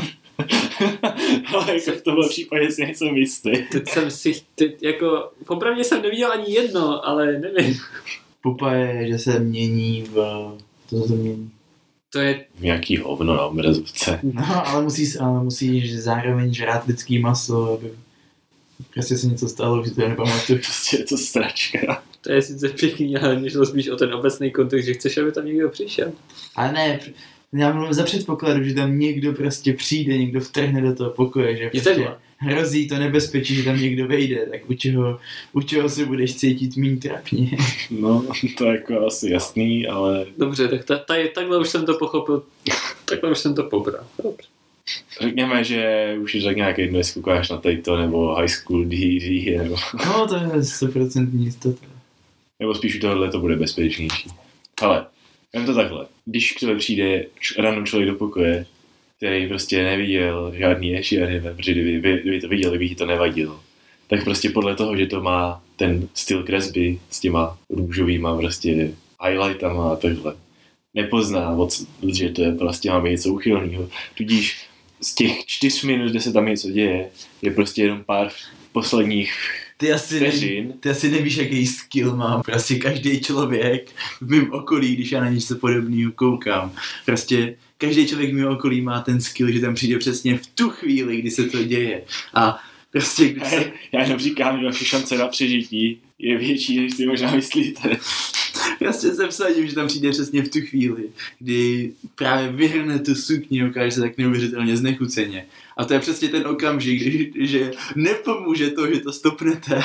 Ale jako v tomhle případě si nejsem jistý. Teď jsem si, teď jako, popravdě jsem neviděl ani jedno, ale nevím. Pupa je, že se mění v... To se to mění. To je... Nějaký hovno na obrazovce. No, ale musíš, ale musíš zároveň žrát lidský maso, aby prostě se něco stalo, že to já nepamatuju. Prostě je to stračka. To je sice pěkný, ale mě šlo spíš o ten obecný kontext, že chceš, aby tam někdo přišel. Ale ne, já mluvím za předpokladu, že tam někdo prostě přijde, někdo vtrhne do toho pokoje, že prostě hrozí to nebezpečí, že tam někdo vejde, tak u čeho, u čeho se budeš cítit méně trapně. No, to je jako asi jasný, ale... Dobře, tak ta, ta, takhle už jsem to pochopil, takhle už jsem to pobral. Dobře. Řekněme, že už je tak nějak jedno, jestli koukáš na Taito nebo High School D D, nebo... No, to je sto procent jistota. Nebo spíš u tohohle to bude bezpečnější. Ale, jen to takhle. Když k tobě přijde random člověk do pokoje, který prostě neviděl žádný ještě anime, protože kdyby, kdyby to viděl, kdyby ti to nevadilo, tak prostě podle toho, že to má ten styl kresby s těma růžovýma prostě highlightama a takhle, nepozná, že to je prostě máme něco uchylného. Tudíž z těch čtyř minut, kde se tam něco děje, je prostě jenom pár posledních Ty asi, vteřin. ne, ty asi nevíš, jaký skill mám. Prostě každý člověk v mém okolí, když já na něco podobného koukám. Prostě každý člověk v mém okolí má ten skill, že tam přijde přesně v tu chvíli, kdy se to děje. A prostě... Když se... Já jenom říkám, že vaše šance na přežití je větší, než si možná myslíte. Prostě se vsadím, že tam přijde přesně v tu chvíli, kdy právě vyhrne tu sukni, ukáže se tak neuvěřitelně znechuceně. A to je přesně ten okamžik, kdy, že nepomůže to, že to stopnete.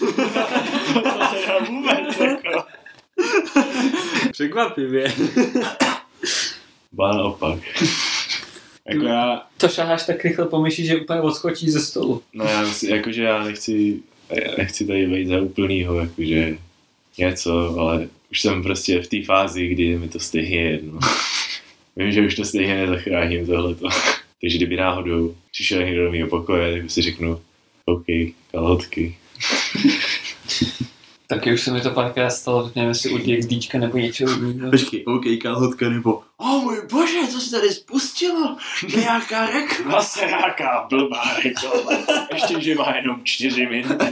To se dá vůbec, jako. Překvapivě. Ba naopak. Jako já... To šaháš tak rychle po myši, že úplně odskočí ze stolu. No já myslím, jakože já nechci, já nechci tady vejít za úplnýho, jakože něco, ale už jsem prostě v té fázi, kdy mi to stejně jedno. Vím, že už to stejně nezachráním tohleto. Takže kdyby náhodou přišel někdo do mého pokoje, tak si řeknu, OK, kalhotky. Taky už se mi to párkrát stalo, nevím, jestli u DXDčka nebo něčeho jiného. Počkej, OK, kalhotka nebo o oh, můj bože, co se tady spustilo? Nějaká reklama. Zase nějaká blbá reklama. Ještě, že má jenom čtyři minuty.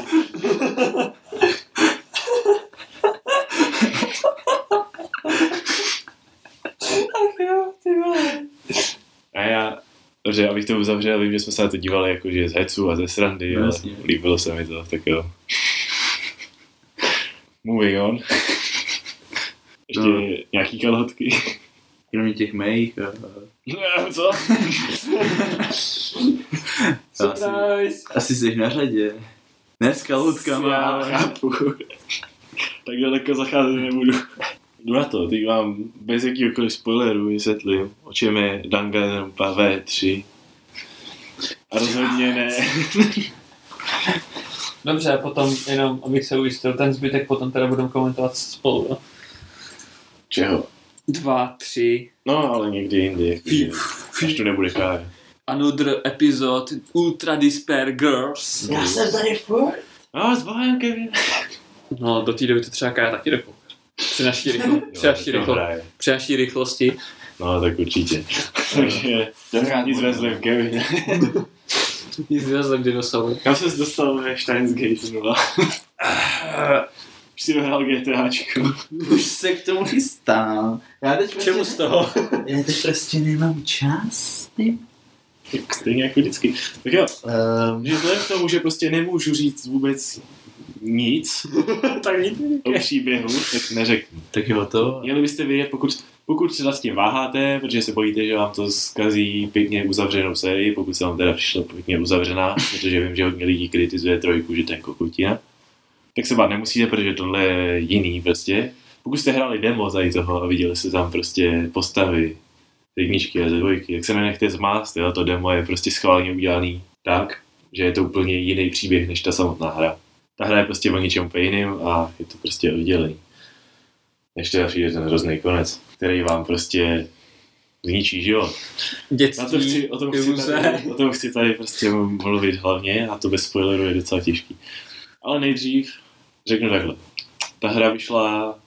Ach jo, ty vole. A já, dobře, abych to uzavřel, vím, že jsme se na to dívali jakože z hecu a ze srandy, ale Jasně. líbilo se mi to, tak jo. Moving on. Ještě No. nějaký kalhotky. Kromě těch mých. A... Ne, co? Surprise! Asi jsi na řadě. Ne s kalhotkama, Já ale... chápu. Tak daleko zacházet nebudu. Jdu na to, teď vám bez jakýhokoliv spoileru vysvětlím, o čem je Danganronpa V tři. A rozhodně ne. Dobře, potom jenom, abych se ujistil, ten zbytek potom teda budeme komentovat spolu, jo? Čeho? Dva, tři. No, ale někdy jindy, jakože, až tu nebude káje. Another episode Ultra Despair Girls. Já jsem tady furt. No, s Bohem, Kevin. No, do té doby to třeba kája taky dokou. Při naší, rychlo, při naší, rychlo, při naší rychlosti. No, tak určitě. Takže nic vezlem, Kevin. Nic vezlem dinosaury. Kam ses dostal ve Steins Gate nula? Už si dohrál GTAčko. Už se k tomu chystám. Já teď K čemu z toho? Já teď prostě nemám čas. Tak stejně jako vždycky. Tak jo, Um, že vzhledem k tomu, že prostě nemůžu říct vůbec nic Tak nic o příběhu, tak neřeknu. tak jo to. Měli byste vědět, pokud, pokud se s tím váháte, protože se bojíte, že vám to zkazí pěkně uzavřenou sérii, pokud se vám teda přišla pěkně uzavřená, protože vím, že hodně lidí kritizuje trojku, že to je kokotina, tak se bát nemusíte, protože tohle je jiný prostě. Pokud jste hráli demo tady toho a viděli jste tam prostě postavy z jedničky a ze dvojky, tak se nenechte zmást, jo? To demo je prostě schválně udělaný tak, že je to úplně jiný příběh než ta samotná hra. Ta hra je prostě o něčem úplně jiným a je to prostě oddělený. Než teda přijde ten hrozný konec, který vám prostě zničí život. Dětství, Na to chci, o, tom chci tady, o tom chci tady prostě mluvit hlavně a to bez spoileru je docela těžký. Ale nejdřív řeknu takhle. Ta hra vyšla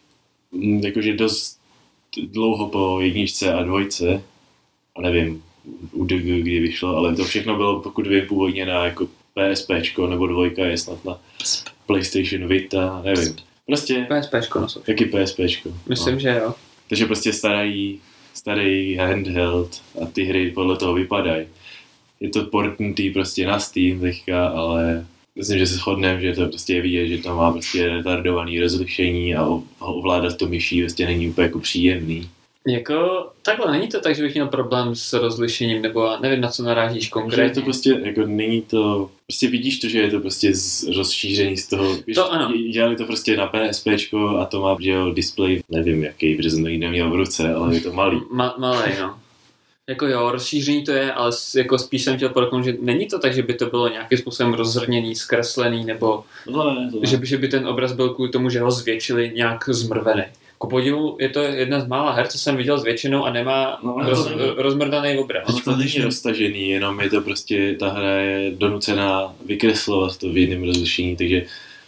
m, jakože dost dlouho po jedničce a dvojce a nevím u D G kdy vyšlo, ale to všechno bylo pokud vím původně na jako PSPčko nebo dvojka je snad na PlayStation Vita, nevím. Prostě PSPčko nosou. taky PSPčko. Myslím, no. že jo. Takže prostě starý, starý handheld a ty hry podle toho vypadají. Je to portnutý prostě na Steam teďka, ale myslím, že se shodneme, že to prostě je vidět, že to má prostě retardovaný rozlišení a ovládat to myší prostě není úplně jako příjemný. Jako, takhle, není to tak, že bych měl problém s rozlišením, nebo nevím, na co narážíš Že je konkrétně. to prostě, jako není to, prostě vidíš to, že je to prostě z, rozšíření z toho, víš, To ano. dělali to prostě na PSPčko a to má, že jo, display, nevím jaký, protože jsem to nikdy neměl v ruce, ale je to malý. Ma- malej, no. Jako jo, rozšíření to je, ale s- jako spíš jsem chtěl podotknout, že není to tak, že by to bylo nějakým způsobem rozhrněný, zkreslený, nebo Tohle ne, tohle. že by, že by ten obraz byl kvůli tomu, že ho zvětšili nějak zmrvený. Ku podivu je to jedna z mála her, co jsem viděl zvětšenou a nemá No, roz, to ne. rozmrdaný obraz. Ono to není roztažený, jenom je to prostě, ta hra je donucená vykreslovat to v jednom rozlišení, takže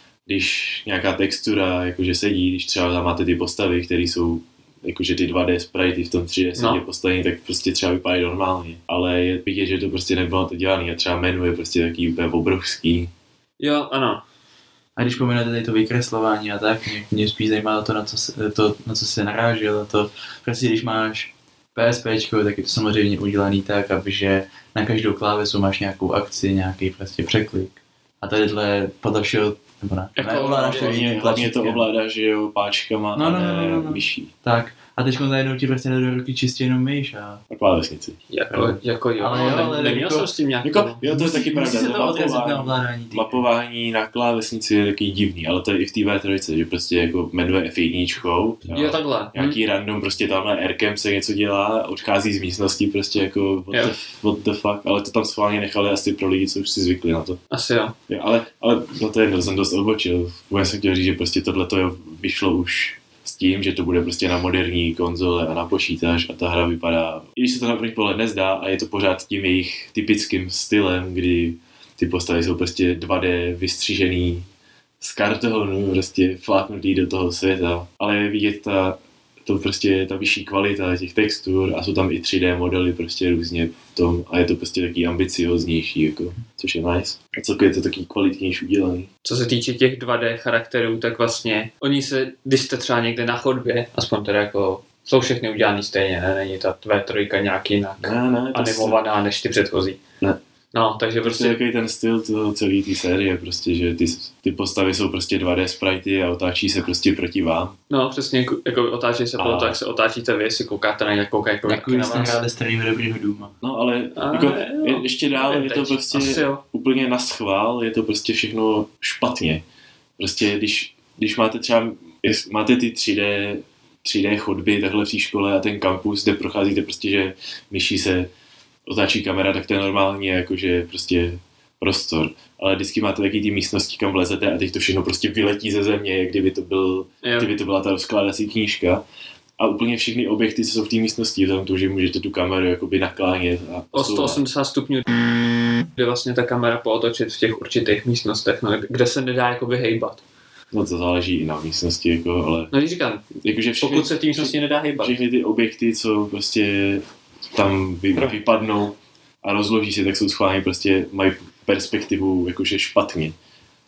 když nějaká textura jakože sedí, když třeba tam máte ty postavy, které jsou jakože ty dva dé sprite v tom tři dé No. no. postavení, tak prostě třeba vypadají normálně. Ale je vidět, že to prostě nebylo to dělané a třeba menu je prostě taký úplně obrovský. Jo, ano. A když pomenete tady to vykreslování a tak, mě, mě spíš zajímá to, na co se, to, na co se narážel. To prostě když máš PSPčko, tak je to samozřejmě udělaný tak, aby že na každou klávesu máš nějakou akci, nějaký prostě překlik. A tadyhle podle všeho, nebo ne, Jako ne ovládáš to Hlavně, jedním hlavně to tlačítkem. ovládá, že jo, páčkama No, a no, ne no, no, no. myší. Tak. A teď najednou ti prostě jde do ruky čistě jenom myš a... A klávesnici. Jako, Jo. jako jo, Ale jo, ne, ale neměl jako- jsem s tím nějak... Jako, jo, to je taky musí pravda. se to to odrazit na mapování- ovládání. ty. Mapování na klávesnici je taky divný, ale to je i v té vé tři, že prostě jako jmenuje F jedna, Jo, takhle. nějaký hm. random prostě tamhle Rkem se něco dělá, odchází z místnosti prostě jako what, Jo. the, what the fuck, ale to tam schválně nechali asi pro lidi, co už si zvykli na to. Asi jo. Jo, ale, ale no to je jedno, to jsem dost odbočil. Vůbec jsem chtěl říct, že prostě tohleto je- vyšlo už s tím, že to bude prostě na moderní konzole a na počítač a ta hra vypadá, i když se to na první pohled nezdá a je to pořád tím jejich typickým stylem, kdy ty postavy jsou prostě dva dé vystřížený z kartonu, prostě fláknutý do toho světa, ale je vidět ta, to prostě ta vyšší kvalita těch textur a jsou tam i tři dé modely prostě různě v tom a je to prostě taky ambicioznější, jako, což je nice. A celkově je to taky kvalitnější udělaný. Co se týče těch dva dé charakterů, tak vlastně oni se, když jste třeba někde na chodbě, aspoň teda jako jsou všechny udělané stejně, ne? Není ta tvé trojka nějak jinak Ne, ne, to animovaná než ty předchozí. Ne. No, takže prostě prostě, jaký ten styl toho celé té série, prostě, že ty, ty postavy jsou prostě dva dé spritey a otáčí se prostě proti vám. no přesně, jako- jako otáčí se A- podle toho, jak se otáčíte vy, jestli koukáte na ně, koukají jako Jako na když jste vás. hráli starýho dobrýho důma. No ale A jako, jo. je, ještě dál Nevím je to teď. prostě Asi jo. úplně na schvál, je to prostě všechno špatně. Prostě když, když máte třeba, jest- máte ty tři dé, tři dé chodby takhle v té škole a ten kampus, kde procházíte prostě, že myší se otáčí kamera, tak to je normální, jakože prostě prostor. Ale vždycky máte taky ty místnosti, kam vlezete a teď to všechno prostě vyletí ze země, jak kdyby to, byl, Jo. kdyby to byla ta rozkládací knížka. A úplně všechny objekty, co jsou v té místnosti, vzhledem k tomu, že můžete tu kameru jakoby naklánět a O posouvat. sto osmdesát stupňů jde vlastně ta kamera pootočit v těch určitých místnostech, no, kde se nedá jakoby hejbat. No to záleží i na místnosti, jako, ale No když říkám, jakože všechny, pokud se v té místnosti nedá hejbat. všechny ty objekty, co prostě tam vy, vypadnou a rozloží se, tak jsou schválně prostě mají perspektivu jakože špatně.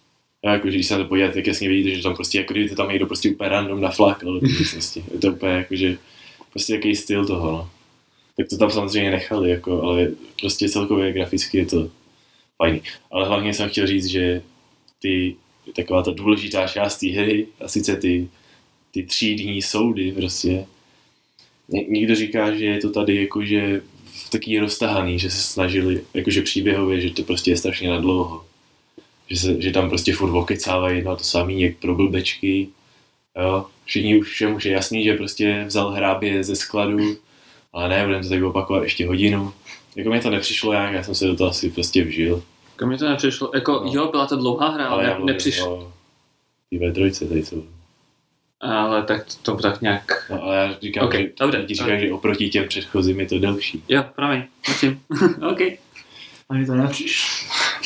A jako, že když se na to podíváte, tak jasně vidíte, že tam prostě, jako kdyby to tam někdo prostě úplně random na flak, ale to prostě, je to úplně jako, že prostě jaký styl toho, no. Tak to tam samozřejmě nechali, jako, ale prostě celkově graficky je to fajný. Ale hlavně jsem chtěl říct, že ty, taková ta důležitá část té hry, a sice ty, ty třídní soudy prostě, někdo říká, že je to tady jakože taky roztahaný, že se snažili, jakože příběhově, že to prostě je strašně nadlouho. Že, se, že tam prostě furt okecávají na to samý, jak pro blbečky. Jo. Všichni už, všem už je jasný, že prostě vzal hrábě ze skladu, ale ne, budeme to tak opakovat ještě hodinu. Jako mě to nepřišlo jak, já jsem se do toho asi prostě vžil. Jako mi to nepřišlo, jako no. Jo, byla to dlouhá hra, ale, ale ne, nepřišlo. Ty ve trojce tady jsou. Ale tak to, to tak nějak... No ale já říkám, okay, že, dobré, ti říkám, že oproti těm předchozím je to delší. Jo, promiň, prosím. OK. A mi to nepřišlo.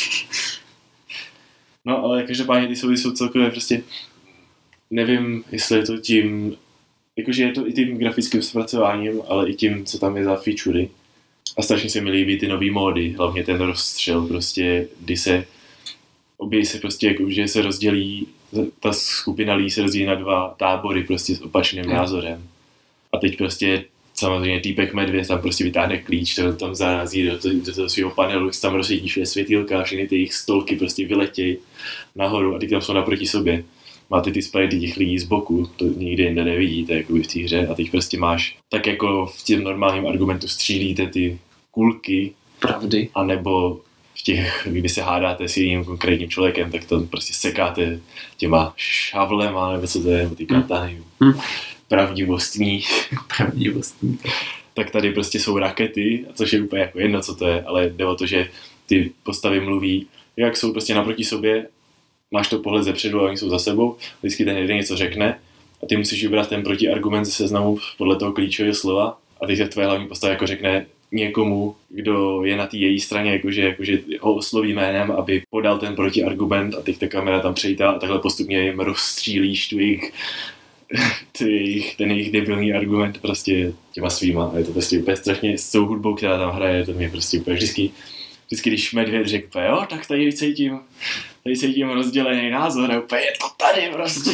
No ale každopádně ty soudy jsou celkově prostě, nevím, jestli je to tím, jakože je to i tím grafickým zpracováním, ale i tím, co tam je za featurey. A strašně se mi líbí ty nový módy, hlavně ten rozstřel prostě, kdy se objeví se prostě, jakože se rozdělí, ta skupina lidí se rozdělí na dva tábory prostě s opačným hmm. názorem. A teď prostě samozřejmě týpek medvěd tam prostě vytáhne klíč, to tam zarazí do, do, do toho svého panelu, tam rozsvítí všechny světýlka, všechny ty jejich stolky prostě vyletějí nahoru a ty tam jsou naproti sobě. Máte ty sprajty těch lidí z boku, to nikdy jinde nevidíte jako v té hře a teď prostě máš, tak jako v těm normálním argumentu střílíte ty kulky, pravdy, anebo v těch, kdyby se hádáte s jiným konkrétním člověkem, tak to prostě sekáte těma šavlema, nebo co to je, nebo ty katany. Hmm. Pravdivostní. Pravdivostní. Tak tady prostě jsou rakety, což je úplně jako jedno, co to je, ale jde o to, že ty postavy mluví, jak jsou prostě naproti sobě, máš to pohled zepředu a oni jsou za sebou, vždycky ten jeden něco řekne a ty musíš vybrat ten protiargument ze seznamu podle toho klíčového slova a teď se tvoje hlavní postava jako řekne někomu, kdo je na té její straně, jakože, jakože ho osloví jménem, aby podal ten protiargument a teď ta kamera tam přejítá a takhle postupně jim rozstřílíš tu jejich, tu jejich, ten jejich debilní argument prostě těma svýma. A je to prostě úplně strašně s tou hudbou, která tam hraje, to mě prostě úplně vždycky, vždycky když medvěd řekl, jo, tak tady cítím, tady cítím rozdělený názor a úplně je to tady prostě.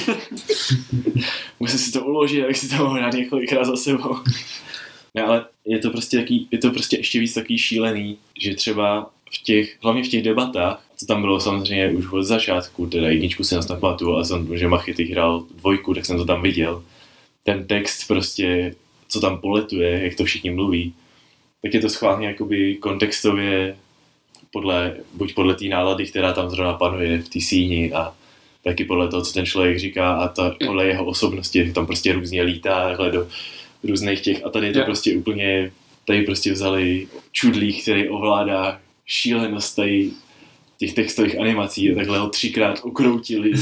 Musím si to uložit, abych si to mohl dát několikrát za sebou. No, ale je to prostě taký, je to prostě ještě víc taký šílený, že třeba v těch, hlavně v těch debatách, co tam bylo samozřejmě už od začátku, teda jedničku si nás nepamatuju, ale jsem, že Machity hrál dvojku, tak jsem to tam viděl. Ten text prostě, co tam poletuje, jak to všichni mluví, tak je to schválně jakoby kontextově podle, buď podle té nálady, která tam zrovna panuje v té síni a taky podle toho, co ten člověk říká a ta, podle jeho osobnosti, tam prostě různě lítá takhle do různých těch a tady je to yeah. prostě úplně, tady prostě vzali čudlík, který ovládá šílenost tady těch textových animací a takhle ho třikrát okroutili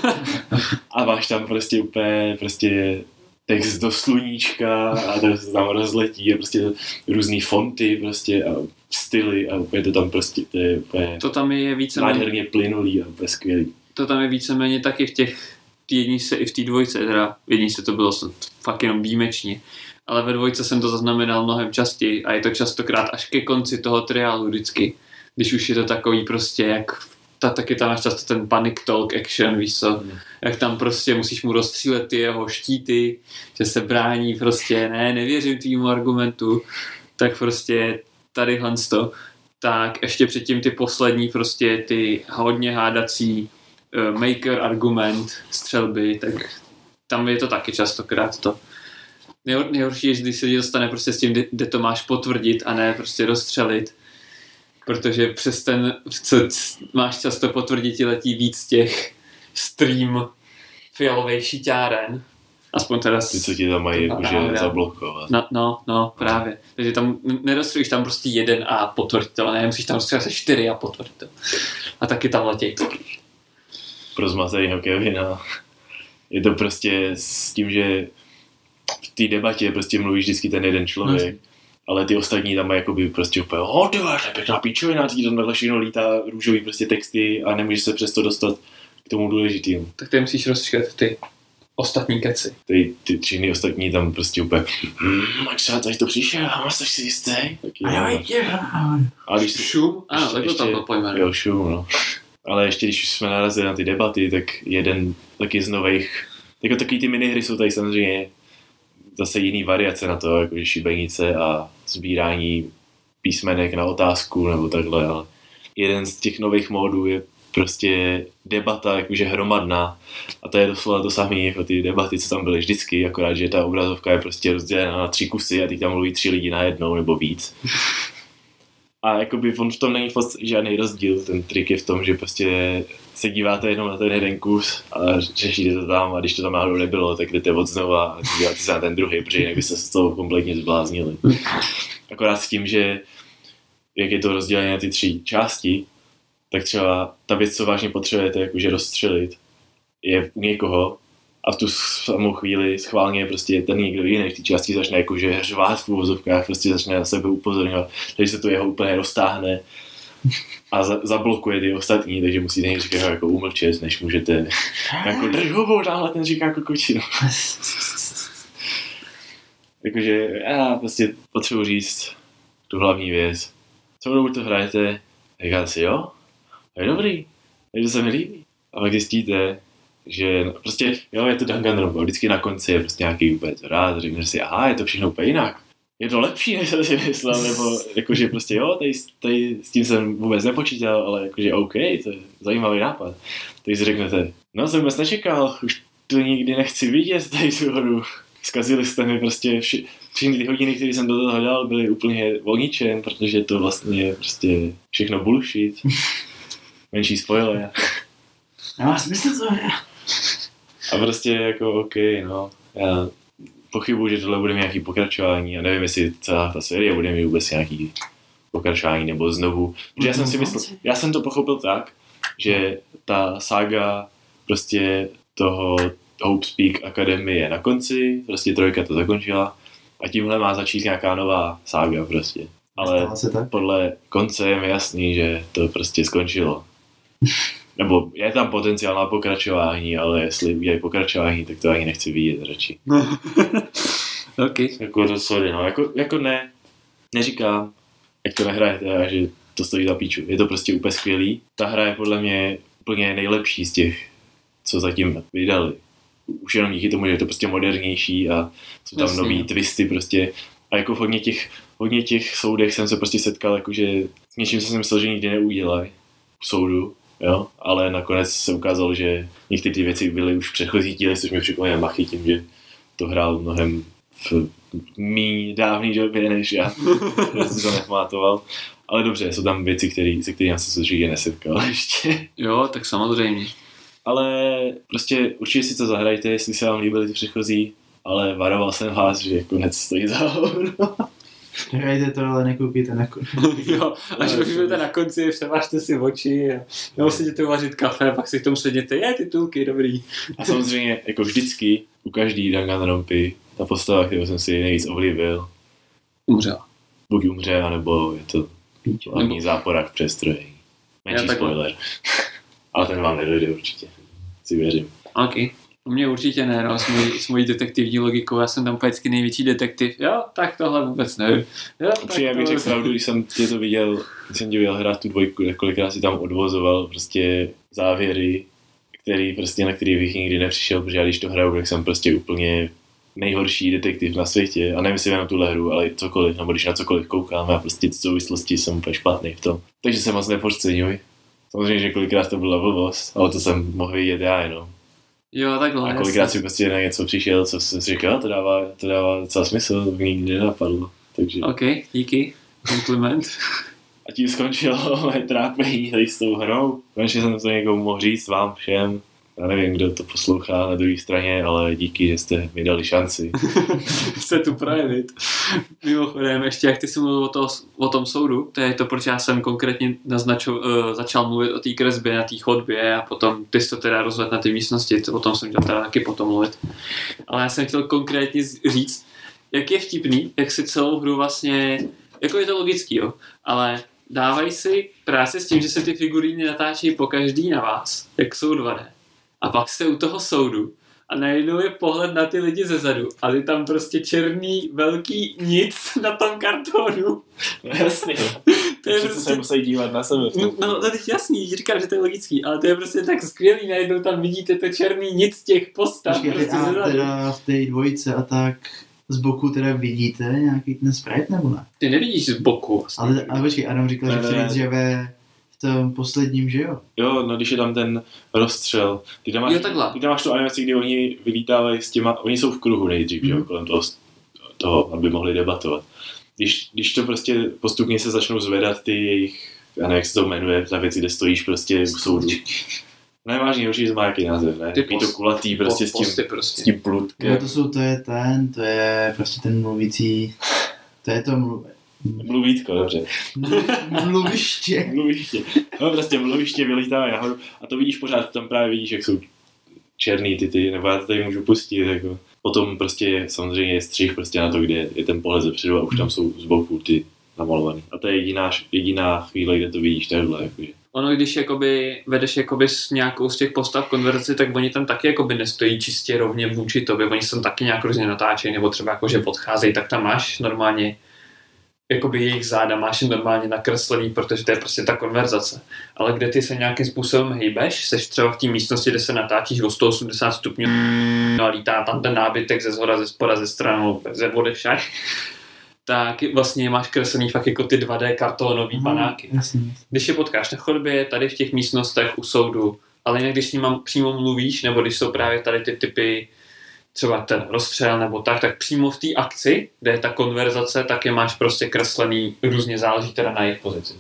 a máš tam prostě úplně prostě text do sluníčka a to se tam rozletí a prostě různý fonty prostě a styly a úplně to tam prostě to je úplně to tam je více nádherně plynulý a úplně skvělý. To tam je víceméně taky v těch jedničce i v té dvojce, teda v jedničce to bylo fakt jenom výjimečně, ale ve dvojce jsem to zaznamenal mnohem častěji a je to častokrát až ke konci toho triálu vždycky, když už je to takový prostě jak, ta, taky tam máš často ten panic talk action, víš co, mm. jak tam prostě musíš mu rozstřílet ty jeho štíty, že se brání prostě, ne, nevěřím tvýmu argumentu, tak prostě tadyhle to, tak ještě předtím ty poslední prostě ty hodně hádací uh, maker argument střelby, tak tam je to taky častokrát to. Nejhor, nejhorší je, když se dostane prostě s tím, kde to máš potvrdit a ne prostě rozstřelit, protože přes ten, co máš často potvrdit, ti letí víc těch stream fialových šiťáren. Aspoň teda... Ty, co ti tam mají jakože zablokovat. No, no, no, právě. Takže tam nerozstřílíš tam prostě jeden a potvrdit to, ne, musíš tam rozstřílit se čtyři a potvrdit to. A taky tam letějí. Pro zmatenýho Kevina. Je to prostě s tím, že v té debatě prostě mluvíš vždycky ten jeden člověk, no. Ale ty ostatní tam mají jakoby prostě úplně oh, ty máš, to je pěkná píčovina, ty tam takhle všechno lítá růžový prostě texty a nemůžeš se přesto dostat k tomu důležitýmu. Tak ty musíš rozstřílet ty ostatní keci. Ty, ty všechny ostatní tam prostě úplně hm, jak se tady to přišel, jsi si jistý? A já tě A když šum? Ano, tak to tam byl pojmen. Jo, šum, no. Ale ještě když jsme narazili na ty debaty, tak jeden taky z nových, jako takový ty minihry jsou tady samozřejmě zase jiný variace na to, jako šibenice a sbírání písmenek na otázku nebo takhle, ale jeden z těch nových módů je prostě debata jakože hromadná a to je doslova to samé jako ty debaty, co tam byly vždycky, akorát, že ta obrazovka je prostě rozdělená na tři kusy a teď tam mluví tři lidi najednou nebo víc. A jakoby on v tom není žádný rozdíl, ten trik je v tom, že prostě se díváte jenom na ten jeden kus a řešíte to tam a když to tam náhodou nebylo, tak jdete od znova a díváte se na ten druhý, protože jinak byste se z toho kompletně zbláznili. Akorát s tím, že jak je to rozdělené na ty tři části, tak třeba ta věc, co vážně potřebujete jakože rozstřelit, je u někoho a v tu samou chvíli schválně prostě ten někdo jiný v té části začne jakože hřvát v uvozovkách, prostě začne na sebe upozorňovat, takže se to jeho úplně roztáhne a za, zablokuje ty ostatní, takže musíte někdy jako umlčet, než můžete jako drž hubou, tamhle ten říká kokočinu. Jakože já prostě potřebuji říct tu hlavní věc. Co dobu to hrajete, říkáte si jo, to je dobrý, takže se mi líbí. A pak zjistíte, že no, prostě, jo, je to Danganronpa, vždycky na konci je prostě nějaký vůbec rád, řekneš si, aha, je to všechno úplně jinak. Je to lepší, než jsem si myslel, nebo jakože prostě jo, tady, tady s tím jsem vůbec nepočítal, ale jakože OK, to je zajímavý nápad. Teď si řeknete, no jsem vůbec nečekal, už to nikdy nechci vidět tady tu hru. Zkazili jste mi prostě vši, všechny ty hodiny, které jsem do toho dal, byly úplně o ničem, protože to vlastně je prostě všechno bullshit. Menší spoiler. Nemá smysl co je. A prostě jako OK, no, já pochybuji, že tohle bude mít nějaký pokračování a nevím, jestli celá ta série bude mít vůbec nějaký pokračování nebo znovu. Protože já jsem si myslel, já jsem to pochopil tak, že ta saga prostě toho Hopespeak Academy je na konci, prostě trojka to zakončila a tímhle má začít nějaká nová saga prostě. Ale podle konce je mi jasný, že to prostě skončilo. Nebo je tam potenciál na pokračování, ale jestli udělají pokračování, tak to ani nechci vidět radši. OK. Jako to sorry, no, jako, jako ne, neříkám, jak to nehrajete a že to stojí za píču. Je to prostě úplně skvělý. Ta hra je podle mě úplně nejlepší z těch, co zatím vydali. Už jenom díky tomu, že je to prostě modernější a jsou tam Jasně. nový twisty prostě. A jako v hodně těch, hodně těch soudech jsem se prostě setkal jakože s něčím, co jsem myslel, že nikdy neudělají v soudu. Jo, ale nakonec se ukázalo, že některé ty věci byly už v předchozí díle, což mě připomíná Machy tím, že to hrál mnohem v mý dávný době, než já si to nepamatoval. Ale dobře, jsou tam věci, který, se kterými jsem se určitě nesetkal ještě. Jo, tak samozřejmě. Ale prostě určitě si to zahrajte, jestli se vám líbily ty předchozí, ale varoval jsem vás, že konec stojí za hovno. Hrajte to, ale nekoupíte na konci. Jo, až už budete na konci, převážte si oči a nebo si jdete uvařit kafe, pak si k tomu sedíte, je titulky, dobrý. A samozřejmě, jako vždycky, u každý Danganronpy, ta postava, kterou jsem si nejvíc oblíbil, umřela. Buď umře, anebo je to hlavní záporák v přestrojení. Menší spoiler. Ale ten vám nedojde určitě, si věřím. OK. U mě určitě ne, no, s mojí, s mojí detektivní logikou, já jsem tam vždycky největší detektiv, jo, tak tohle vůbec nevím. Určitě, já bych řekl pravdu, když jsem tě to viděl, když jsem tě viděl hrát tu dvojku, kolikrát si tam odvozoval prostě závěry, který prostě, na který bych nikdy nepřišel, protože já když to hraju, tak jsem prostě úplně nejhorší detektiv na světě a nemyslím jenom tuhle hru, ale cokoliv, nebo když na cokoliv koukám, já prostě v souvislosti jsem úplně špatný v tom. Takže se moc nepodceňuj. Samozřejmě, že kolikrát to byla blbost, ale to jsem mohl vidět já jenom. Jo, takhle. A kolikrát si prostě na něco přišel, co jsem si říkal, to dává, to dává docela smysl, to by nikdy nenapadlo. Takže... OK, díky, kompliment. A tím skončilo moje trápení tady s tou hrou. Konečně jsem to někomu mohl říct vám všem. Já nevím, kdo to poslouchá na druhé straně, ale díky, že jste mi dali šanci. se tu projevit. Mimochodem, ještě jak ty jsi mluvil o, to, o tom soudu, to je to, proč já jsem konkrétně naznačil, uh, začal mluvit o té kresbě na té chodbě a potom ty jsi to teda rozvedl na té místnosti, to, o tom jsem chtěl teda taky potom mluvit. Ale já jsem chtěl konkrétně říct, jak je vtipný, jak si celou hru vlastně, jako je to logický, jo, ale dávají si práci s tím, že se ty figuríny natáčí po každý na vás, jak jsou dva D. A pak jste u toho soudu a najednou je pohled na ty lidi zezadu a je tam prostě černý velký nic na tom kartonu. No jasný. To je Přece prostě... se musí dívat na sebe. No, no to je jasný, říkám, že to je logický, ale to je prostě tak skvělý, najednou tam vidíte to černý nic těch postav. Počkej, prostě a zezadu. teda v té dvojice a tak z boku teda vidíte nějaký ten sprite nebo ne? Ty nevidíš z boku. Vlastně. Ale, ale počkej, Adam říkal, Ne, že ne, v ne. nejdříve v tom posledním, že jo? Jo, no když je tam ten rozstřel. Ty tam máš, Jo, takhle. ty tam máš tu animaci, kdy oni vylítávají s těma, oni jsou v kruhu nejdřív, mm. jo, Mhm. kolem toho, toho, aby mohli debatovat. Když, když to prostě postupně se začnou zvedat ty jejich, já nevím, jak se to jmenuje, ta věc, kde stojíš prostě u soudu. Nevážně, určitě má jaký název, ne? Ty Takový to post- kulatý prostě s tím, posty prostě. s tím plutkem. Jo, to jsou, to je ten, to je prostě ten mluvící, to je to mluv... Mluvítko, dobře. mluv- mluviště. Mluviště. No prostě mluviště vylítá nahoru a to vidíš pořád, tam právě vidíš, jak jsou černý ty ty, nebo já to tady můžu pustit, jako. Potom prostě samozřejmě je střih prostě na to, kde je ten pohled zepředu a už tam jsou z boku ty namalovaný. A to je jediná, jediná chvíle, kde to vidíš takhle, jakože. Ono, když jakoby vedeš jakoby s nějakou z těch postav konverzaci, tak oni tam taky jakoby nestojí čistě rovně vůči tobě, oni se tam taky nějak různě natáčejí, nebo třeba jakože podcházejí, tak tam máš normálně jakoby jejich záda, máš je normálně nakreslený, protože to je prostě ta konverzace. Ale kde ty se nějakým způsobem hejbeš, seš třeba v té místnosti, kde se natáčíš o sto osmdesát stupňů, no a lítá tam ten nábytek ze zhora, ze spoda, ze stranu, ze vody však, tak vlastně máš kreslený fakt jako ty dva dé kartonový panáky. Jasně. Když je potkáš na chodbě, tady v těch místnostech u soudu, ale jinak když s ním přímo mluvíš, nebo když jsou právě tady ty typy, třeba ten rozstřel nebo tak, tak přímo v té akci, kde je ta konverzace, tak je máš prostě kreslený, různě záleží teda na jejich pozici.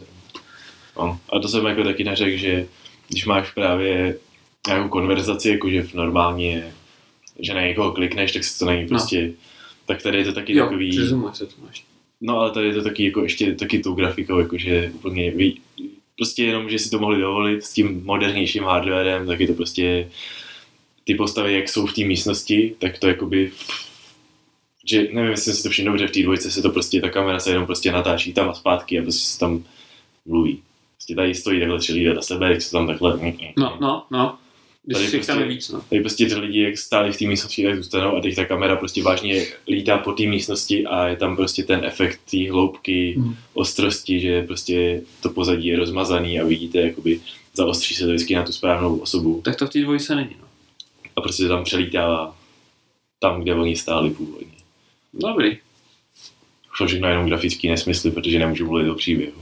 No. A to jsem jako taky neřekl, že když máš právě nějakou konverzaci, jakože v normálně, že na někoho klikneš, tak se to není prostě, no. Tak tady je to taky Jo, takový... přizumuje se to máš. No ale tady je to taky jako ještě taky tou grafikou, jakože úplně ví, prostě jenom, že si to mohli dovolit s tím modernějším hardwarem, tak je to prostě ty postavy, jak jsou v té místnosti, tak to jakoby, že nevím, jestli si to všiml dobře, v té dvojce se to prostě, ta kamera se jenom prostě natáčí tam a zpátky a prostě se tam mluví. Prostě tady stojí takhle tři lidé na sebe, jak se tam takhle... No, no, no. Když Tady si prostě- tam je víc, no. Tady prostě ty lidi, jak stáli v té místnosti, tak zůstanou a teď ta kamera prostě vážně lítá po té místnosti a je tam prostě ten efekt té hloubky, Hmm. ostrosti, že prostě to pozadí je rozmazaný a vidíte, jakoby zaostří se to vždycky na tu správnou osobu Tak to v té dvojice není, no. a prostě to tam přelítává tam, kde oni stáli původně. Dobrý. Šlo všechno jenom grafický nesmysly, protože nemůžu mluvit o příběhu.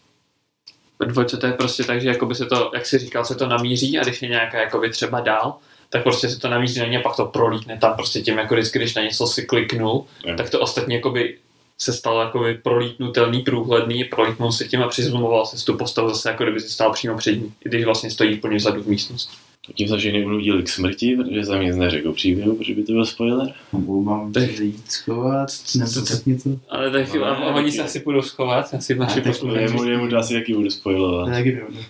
Ve dvojce to je prostě tak, že jakoby se to, jak jsi říkal, se to namíří a když je nějaká jakoby třeba dál, tak prostě se to namíří na ně, pak to prolítne tam prostě tím, jako vždycky, když na něco si kliknul, Jo. tak to ostatně jakoby se stalo jakoby prolítnutelný, průhledný, prolítnul si tím a přizlumoval se tu postavu zase, jako kdyby si stál přímo před ní, i když vlastně stojí úplně vzadu v místnosti. A tím se všechny unudili k smrti, protože jsem nic neřekl o příběhu, protože by to byl spoiler. Nebo mám Tak- se jít schovat, nebo tak něco. Ale tak No, a, a oni se asi budou schovat, asi naši tak posluchači. Jemu, jemu to asi taky budu To spoilovat. je taky pravda.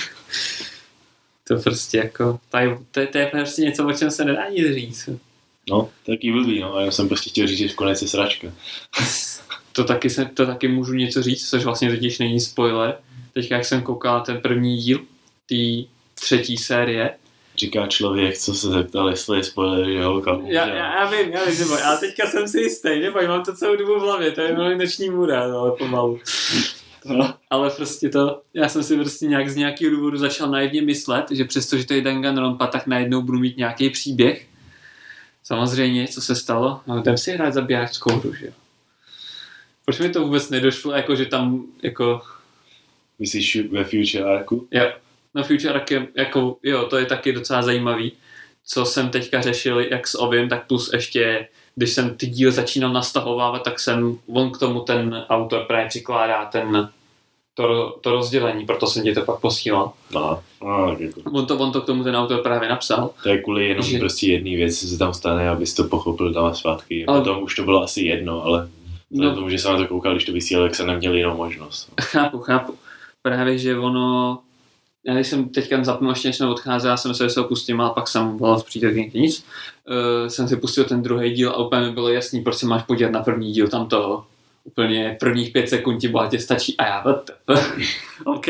To prostě jako, to je, to, je, to je prostě něco, o čem se nedá nic říct. No, taky blbý, no, a já jsem prostě chtěl říct, že v konec je sračka. To taky, se, to taky můžu něco říct, což vlastně totiž není spoiler. Teďka, jak jsem koukal na ten první díl té třetí série. Říká člověk, co se zeptal, jestli je spoiler, že holka umřela. Já, já, já vím, já vím, neboj, ale teďka jsem si jistý, neboj, mám to celou dobu v hlavě, to je moje noční můra, no, ale pomalu. No. Ale prostě to, já jsem si prostě nějak z nějakého důvodu začal naivně myslet, že přestože to je Danganronpa, tak najednou budu mít nějaký příběh. Samozřejmě, co se stalo, no, jdem si hrát zabijáčskou hru, že jo. Proč mi to vůbec nedošlo, jako že tam, jako, Myslíš ve Future Arku? jo, no Future Arc je, jako, jo, to je taky docela zajímavý, co jsem teďka řešil, jak s Ovim, tak plus ještě, když jsem ty díl začínal nastahovávat, tak jsem, on k tomu ten autor právě přikládá ten, to, to rozdělení, proto jsem ti to pak posílal. No, no jako. On to, on to k tomu ten autor právě napsal. To je kvůli jenom Že- prostě jedný věc, co se tam stane, abys to pochopil tam a zpátky. Ale- Potom už to bylo asi jedno, ale vzhledem No, tomu, že jsem na to koukal, když to vysílal, tak jsem neměl jinou možnost. chápu, chápu. Právě, že ono, já když jsem teďka zapnul, ještě než jsem odcházel, já jsem se ho pustím, ale pak jsem volal s přítelkyní nic. Uh, jsem si pustil ten druhý díl a úplně mi bylo jasný, proč se máš podívat na první díl tam toho. Úplně prvních pět sekund ti bohatě stačí a já, what the fuck? OK.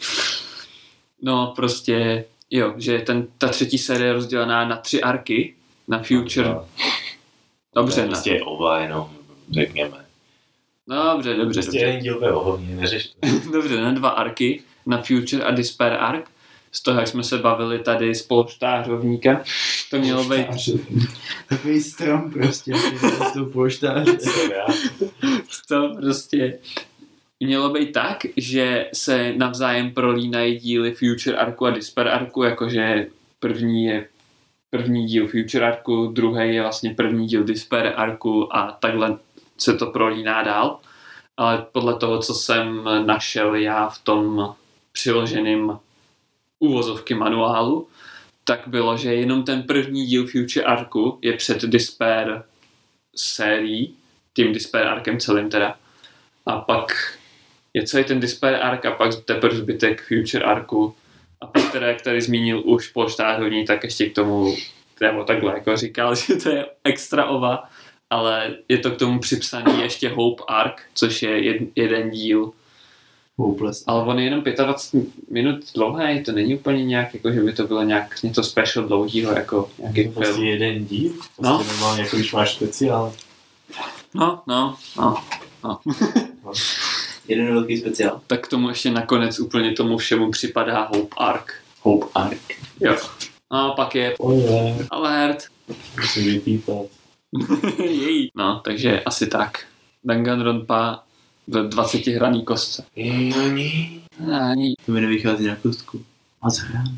No prostě, jo, že ten, ta třetí série je rozdělená na tři arky, na Future. No, Dobře, to je na, prostě ova jenom, řekněme. Dobře, dobře, Prostě dobře. jeden díl bude ohovně, neřeš to. Dobře, na dva arky, na Future a Despair ark. Z toho, jak jsme se bavili tady z polštářovníka, to mělo být... Takový strom prostě, s tou polštáře. To prostě mělo být tak, že se navzájem prolínají díly Future arku a Despair arku, jakože první je první díl Future arku, druhý je vlastně první díl Despair arku a takhle se to prolíná dál. Ale podle toho, co jsem našel já v tom přiloženém uvozovky manuálu, tak bylo, že jenom ten první díl Future arku je před Despair sérií, tím Despair arkem celým teda. A pak je celý ten Despair ark a pak teprve zbytek Future arku. A pak teda, jak tady zmínil už polštářovní, tak ještě k tomu, nebo takhle, jako říkal, že to je extra ova, ale je to k tomu připsaný ještě Hope ark, což je jed, jeden díl. Hopeless. Ale on je jenom dvacet pět minut dlouhý, to není úplně nějak, jako že by to bylo nějak něco special dlouhýho, jako nějaký Prostě film. jeden díl? Prostě No. normálně, jako když máš speciál. No, no, no, no. Jeden velký speciál. Tak k tomu ještě nakonec úplně tomu všemu připadá Hope ark. Hope Ark. Jo. A pak je Ojle, alert. musím vypípat. Její. No, takže asi tak. Danganronpa v dvaceti hraný kostce. No ní. Ani. To mi nevychází na kostku. Moc hrán.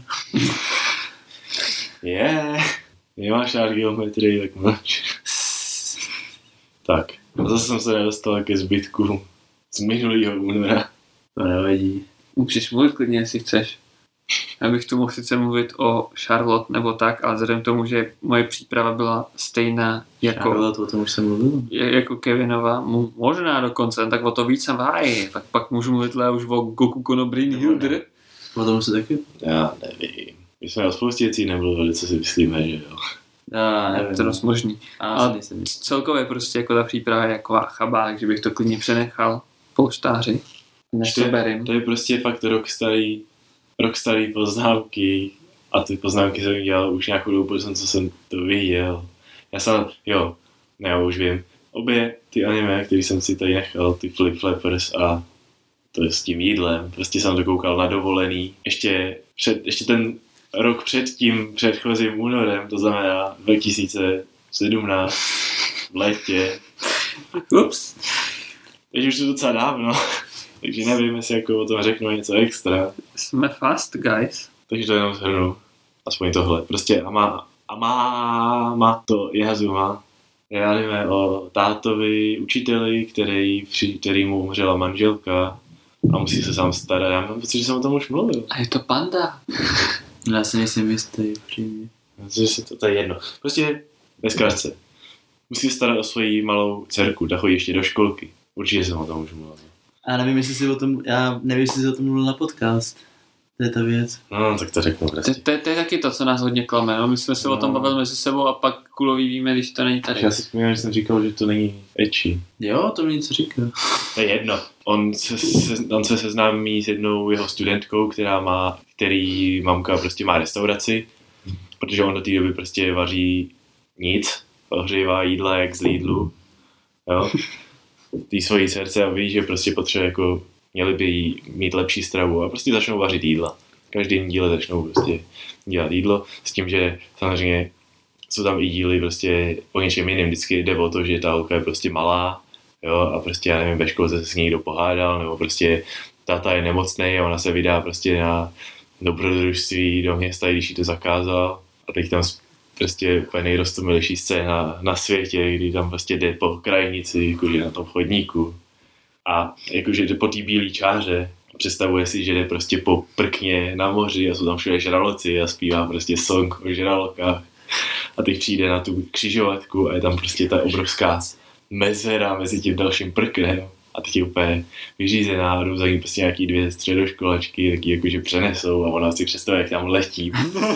Je. Yeah. Nemáš rád geometrii, tak mlč. Tak, a zase jsem se nedostal ke zbytku z minulýho února. To nevadí. Můžeš mluvit klidně, jestli chceš. Já bych tu mohl sice mluvit o Charlotte nebo tak, ale vzhledem k tomu, že moje příprava byla stejná jako, Charlotte, o tom už jsem mluvil. jako Kevinova, mu- možná dokonce, tak o to víc jsem v háji. Tak pak můžu mluvit už o Goku no Brynhilder. O tom se taky? Já nevím. My jsme o spoustě věcí nemluvili, co si myslíme, že jo. Já Je nevím. to dost možný. Já A si nejsem jistý. celkově prostě jako ta příprava je jako chabá, takže bych to klidně přenechal polštáři. Neseberím. To je prostě fakt rok starý, rok starý poznámky a ty poznámky jsem dělal už nějakou dobu, jsem, co jsem to viděl. Já jsem, jo, ne, já už vím, obě ty anime, který jsem si tady nechal, ty Flip Flappers a to je s tím jídlem, prostě jsem to koukal na dovolený. Ještě, před, ještě ten rok před tím předchozím únorem, to znamená dva tisíce sedmnáct v létě. Ups. Teď už to docela dávno, takže nevím, jestli jako o tom řeknu něco extra. Jsme fast, guys. Takže to jenom shrnu. Aspoň tohle. Prostě Ama, Ama to Jazuma je anime o tátovi, učiteli, který, který mu umřela manželka a musí se sám starat. Já mám pocit, že jsem o tom už mluvil. A je to panda. Já si nejsem jistý, upřímně. Myslím, že se to, to je jedno. Prostě ve zkratce. Musí se starat o svoji malou dcerku, ta chodí ještě do školky. Určitě jsem o tom už mluvil. Já nevím, jestli jsi o tom, já nevím, jestli jsi o tom mluvil na podcast. To je ta věc. No, tak to řeknu To, prostě. to, to je taky to, co nás hodně klame. No? My jsme se No. o tom bavili mezi sebou a pak kulový víme, když to není tady. Já si vzpomínám, že jsem říkal, že to není ecchi. Jo, to mi něco říká. To je jedno. On se, se, on se seznámí s jednou jeho studentkou, která má, který mamka prostě má restauraci, protože on do té doby prostě vaří nic, ohřívá jídla jak z Lidlu, jo. Tý svojí dcerce a ví, že prostě potřebuje jako, měli by jí mít lepší stravu a prostě začnou vařit jídla. V každém díle začnou prostě dělat jídlo s tím, že samozřejmě jsou tam i díly prostě o něčem jiném. Vždycky jde o to, že ta holka je prostě malá, jo, a prostě já nevím, ve školce se s ní někdo pohádal, nebo prostě táta je nemocnej a ona se vydá prostě na dobrodružství do města, když jí to zakázal. A teď tam prostě úplně nejroztomilejší scéna na světě, kdy tam prostě jde po krajnici, jakože na tom chodníku. A jakože jde po té bílé čáře. Představuje si, že jde prostě po prkně na moři a jsou tam všude žraloci a zpívá prostě song o žralokách. A teď přijde na tu křižovatku a je tam prostě ta obrovská mezera mezi tím dalším prknem. A teď je úplně vyřízená a jdou za ní prostě nějaký dvě středoškolačky, taky jakože přenesou a ona si představuje, jak tam letí.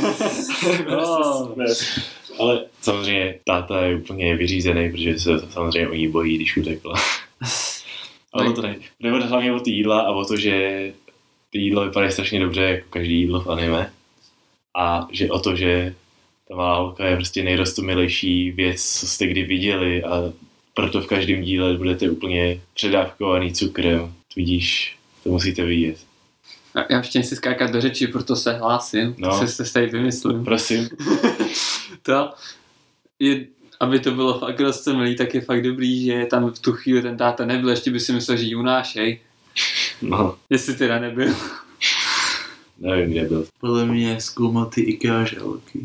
Ale samozřejmě táta je úplně vyřízený, protože se samozřejmě o ní bojí, když utekla. Ale to ne. Jde hlavně o ty jídla a o to, že ty jídla vypadají strašně dobře, jako každý jídlo v anime. A že o to, že ta malá holka je prostě nejroztomilejší věc, co jste kdy viděli a proto v každém díle budete úplně předávkovaný cukrem. Vidíš, to musíte vidět. Já ještě nechci skákat do řeči, proto se hlásím. No. Se, se tady vymyslím. Prosím. To je, aby to bylo fakt rozcemlý, tak je fakt dobrý, že tam v tu chvíli ten táta nebyl, ještě by si myslel, že Junášej. No. Jestli teda nebyl. Nevím, kde byl. Podle mě zkoumal ty IKEA žalky.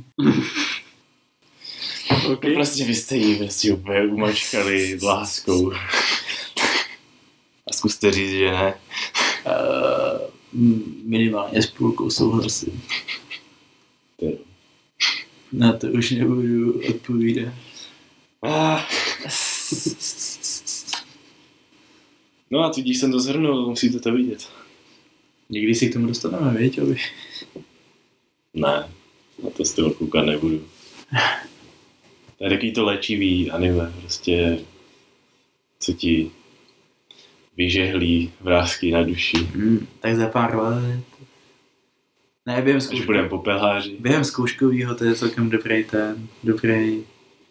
Okay. No prostě vy jste jí prostě úplně umačkali láskou. A zkuste říct, že ne. Uh, minimálně s půlkou souhlasím. To... Na to už nebudu odpovídat. Ah. No a tudíž jsem to zhrnul, musíte to vidět. Někdy si k tomu dostaneme, víš, aby... Ne, na to z toho koukat nebudu. To je takový to léčivý anime, prostě, co ti vyžehlí vrásky na duši. Hmm, tak za pár let. Ne, během Až zkouškovýho. budeme popelháři. Během zkouškovýho to je celkem dobrý ten, dobrý...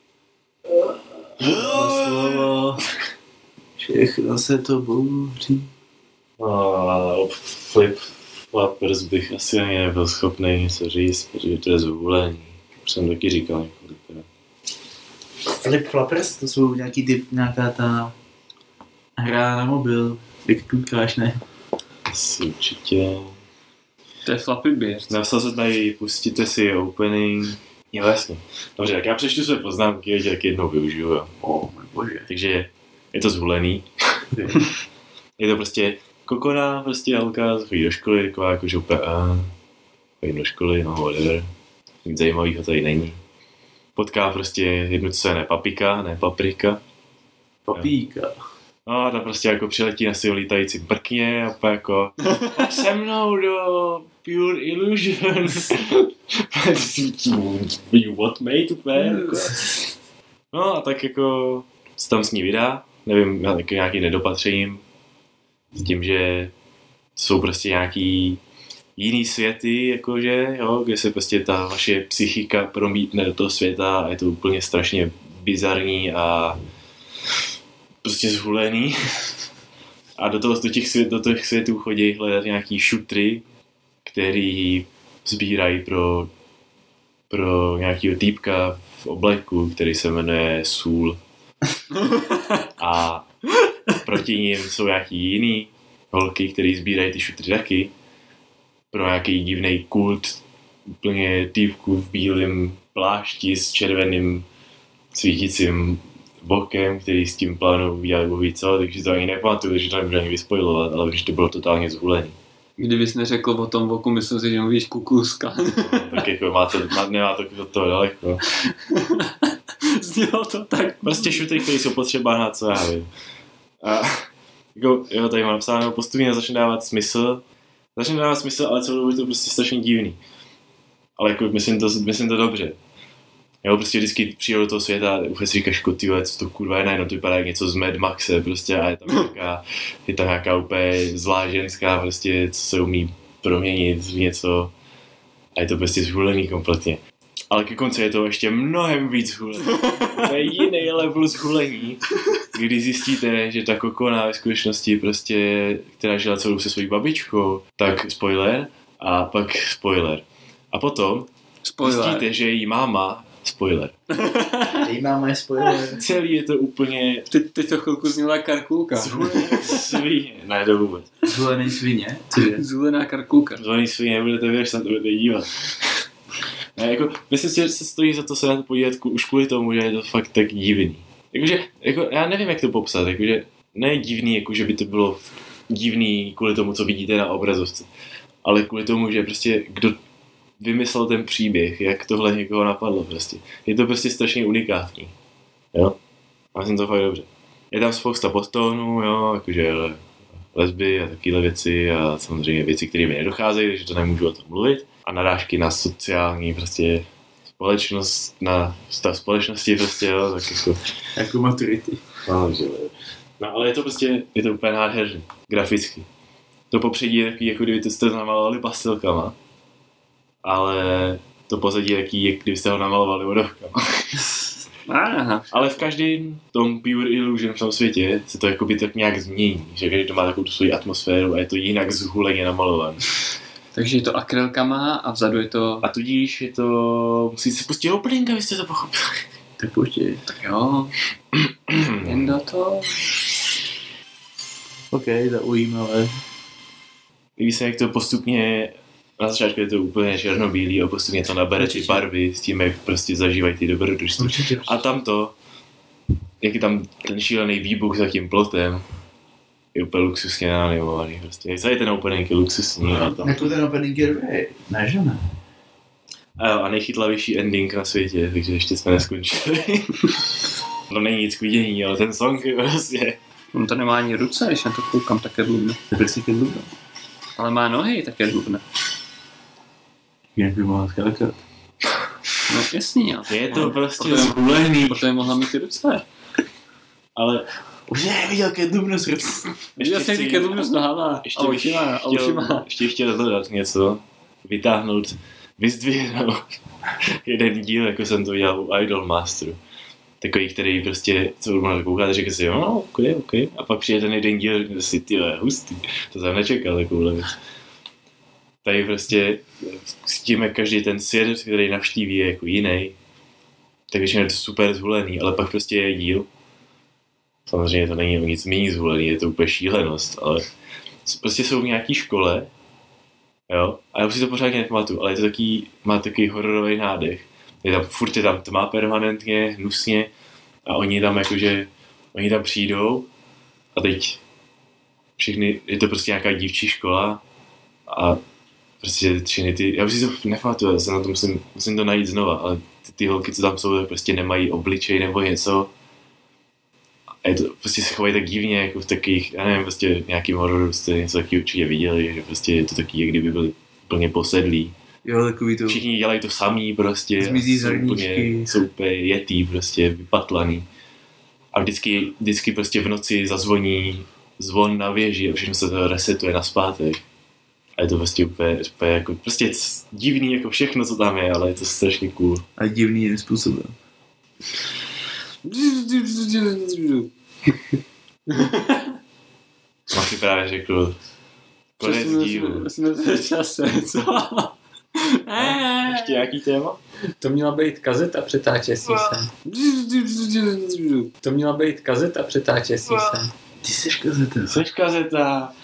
slovo. Všechno se to bouří. No, flip flappers bych asi ani nebyl schopný něco říct, protože to je zvolení. Už jsem taky říkal několikrát. Flip flappers, to jsou nějaký typ, nějaká ta hra na mobil, jak koukáš, ne? Asi určitě. To je Flappy Bird. Napsal se tady, pustíte si opening. Jo, jasně. Dobře, tak já přečtu své poznámky, ať jak jednou využiju. Jo. Oh, můj bože. Takže je to zvolený. Je to prostě kokona, prostě Alka, chodí do školy, taková jako, že úplně a, chodím do školy, no whatever. Nic zajímavého tady není. Potká prostě jednu, co je ne papika, ne paprika. Papíka. No a ta prostě jako přiletí na svým lítajícím prkně a úplně jako se mnou do Pure Illusions. You what, mate, úplně. No a tak jako se tam s ní vydá, nevím, jako nějakým nedopatřením, s tím, že jsou prostě nějaký jiný světy, jakože, jo, kde se prostě ta vaše psychika promítne do toho světa a je to úplně strašně bizarní a prostě zhulený. A do toho, do těch, svět, do těch světů chodí hledat nějaký šutry, který sbírají pro, pro nějakýho týpka v obleku, který se jmenuje Sůl. A proti ním jsou nějaký jiný holky, který sbírají ty šutry taky. Pro nějaký divný kult úplně týpku v bílém plášti s červeným svítícím bokem, který s tím plánou udělali bohu co, takže to ani nepamatuju, že to nebudu ani vyspoilovat, ale když to bylo totálně zhulený. Kdybys neřekl o tom boku, myslím si, že mluvíš Kukulska. No, tak jako má to, má, nemá to od toho daleko. Znělo to tak. Prostě šutry, které jsou potřeba na co já vím. A jako, jo, tady mám napsáno, postupně začne dávat smysl. Začne dávat smysl, ale celou dobu je to prostě strašně divný. Ale jako myslím to, myslím to dobře. Jo, prostě vždycky přijel do toho světa a úplně si říkáš, tyhle, co to kurva je, najednou to vypadá jak něco z Mad Maxe, prostě a je tam nějaká, je tam nějaká úplně zlá ženská, prostě, co se umí proměnit v něco a je to prostě zhulený kompletně. Ale ke konci je to ještě mnohem víc zhulený. To je jiný level zhulení, kdy zjistíte, že ta kokona ve skutečnosti prostě, která žila celou se svojí babičkou, tak spoiler a pak spoiler. A potom Spoiler. zjistíte, že její máma spoiler. Její máma je spoiler. Celý je to úplně Teď, teď to chvilku zněla karkulka. zhulený svině. Ne, to vůbec. Zvolený svině. Cože? Zhulená karkulka. Zhulený svině, nebudete věřit, se na to budete dívat. Ne, jako, myslím si, že se stojí za to se na to podívat už kvůli tomu, že je to fakt tak divný. Jakože, jako, já nevím, jak to popsat, jakože, ne divný, jakože by to bylo divný kvůli tomu, co vidíte na obrazovce, ale kvůli tomu, že prostě kdo vymyslel ten příběh, jak tohle někoho napadlo prostě. Je to prostě strašně unikátní, jo? A myslím to fakt dobře. Je tam spousta postónů, jo, jakože lesby a takovéhle věci a samozřejmě věci, které mi nedocházejí, takže to nemůžu o tom mluvit. A narážky na sociální prostě společnost, na stav společnosti prostě, jo, tak jako... Jako maturity. No, že, no, ale je to prostě, je to úplně nádherný, graficky. To popředí je takový, jako kdyby to jste namalovali pastelkama, ale to pozadí je takový, jak kdybyste ho namalovali vodovkama. Aha. Ale v každém tom Pure Illusion v tom světě se to jakoby tak nějak změní, že každý to má takovou tu svoji atmosféru a je to jinak zhuleně namalované. Takže je to akrylkama a vzadu je to... A tudíž je to... Musíte si pustit opening, abyste to pochopili. Tak pouštěj. Tak jo. Jen do to. OK, zaujímavé. Líbí se, jak to postupně... Na začátku je to úplně černobílý a postupně to nabere ty barvy s tím, jak prostě zažívají ty dobrodružství. Určitě. A tam to, jak je tam ten šílený výbuch za tím plotem, je úplně luxusně nanimovaný prostě. Celý ten opening je luxusní. A, tam... Jako ten opening je dobrý. Ne, že ne? a, a nejchytlavější ending na světě, takže ještě jsme neskončili. To není nic k vidění, ale ten song je prostě... On to nemá ani ruce, když na to koukám, také dlubne. To je prostě dlubno. Ale má nohy, také dlubne. Jak by mohla skákat? No jasný, ale... Je to prostě Proto je- zhulený, Proto je mohla mít ty ruce. ale Už ne, viděl, jak je dlubno s rucí. Viděl jsem ty kedlubnu s nohama ještě a bych očima a chtěl, ušima. ještě chtěl dodat něco, vytáhnout, vyzdvihnout jeden díl, jako jsem to dělal u Idol Masteru. Takový, který prostě, co budu mohli koukat a řekl si, jo, no, ok, ok. A pak přijde ten jeden díl, řekl si, tyhle, hustý. To jsem nečekal, takovouhle věc. Tady prostě s tím, jak každý ten svět, který navštíví, je jako jiný, tak většinou je to super zhulený, ale pak prostě je díl. Samozřejmě to není o nic méně zhulený, je to úplně šílenost, ale prostě jsou v nějaký škole, jo, a já už si to pořádně nepamatuju, ale je to taký, má takový hororový nádech. Je tam, furt je tam tma permanentně, hnusně a oni tam jakože, oni tam přijdou a teď všechny, je to prostě nějaká dívčí škola a prostě všechny ty, já už si to nepamatuju, já se na to musím, musím to najít znova, ale ty, ty holky, co tam jsou, tak prostě nemají obličej nebo něco a je to, prostě se chovají tak divně, jako v takových, já nevím, prostě nějakým hororu jste něco taky určitě viděli, že prostě je to taky, jak kdyby byli plně posedlí. Jo, takový to... Všichni dělají to samý prostě. Zmizí jsou úplně, zrníčky. jsou úplně jetý, prostě vypatlaný. A vždycky, vždycky prostě v noci zazvoní zvon na věži a všechno se to resetuje naspátek. A je to prostě úplně, úplně jako, prostě divný jako všechno, co tam je, ale je to strašně cool. A divný jiným způsobem. Mám si právě řekl, konec dílu. Jsme v čase, co? Ještě nějaký téma? To měla být kazeta přetáčecí se. To měla být kazeta přetáčecí se. Ty seš kazeta. Jseš kazeta.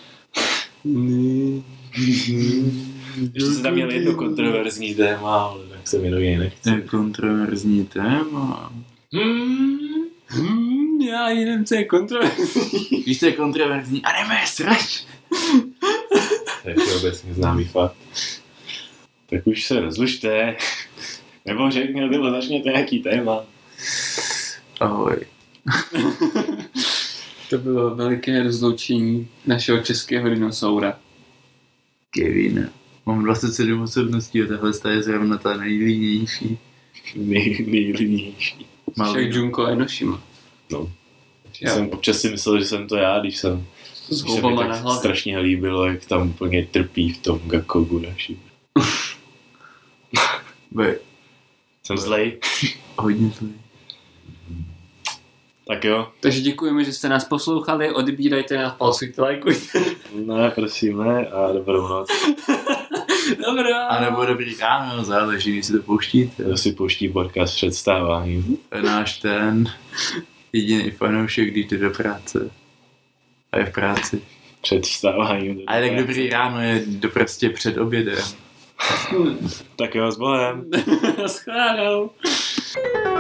Ještě jsem tam měl jedno kontroverzní téma, ale tak se mi do něj nechci. To je kontroverzní téma. Hmm. Hmm, já jenom co je kontroverzní. Víš, co je kontroverzní? Anime, srač! To je obecně známý fakt. Tak už se rozlučte. Nebo řekněte, nebo začněte nějaký téma. Ahoj. To bylo veliké rozloučení našeho českého dinosaura. Kevin. Mám dvacet sedm osobností a tahle je zrovna ta nejlínější. Nej, nejlidnější. Však Junko Enoshima. No. Já. Jsem občas si myslel, že jsem to já, když jsem S když se mi houbama na tak hlavě. strašně líbilo, jak tam úplně trpí v tom Gakogu naši. Be, Jsem zlej. hodně zlý. Tak jo. Takže děkujeme, že jste nás poslouchali, odebírajte nás, palcujte, lajkujte. Ne, prosím, ne. A dobrou noc. Dobrá. A nebo dobrý ráno, záleží, když si to pouštíte. Kdo si pouští podcast před vstáváním. To je náš ten jediný fanoušek, když jde do práce. A je v práci. Před vstáváním. A tak dobrý ráno je do prostě před obědem. Tak jo, s Bohem. Naschledanou.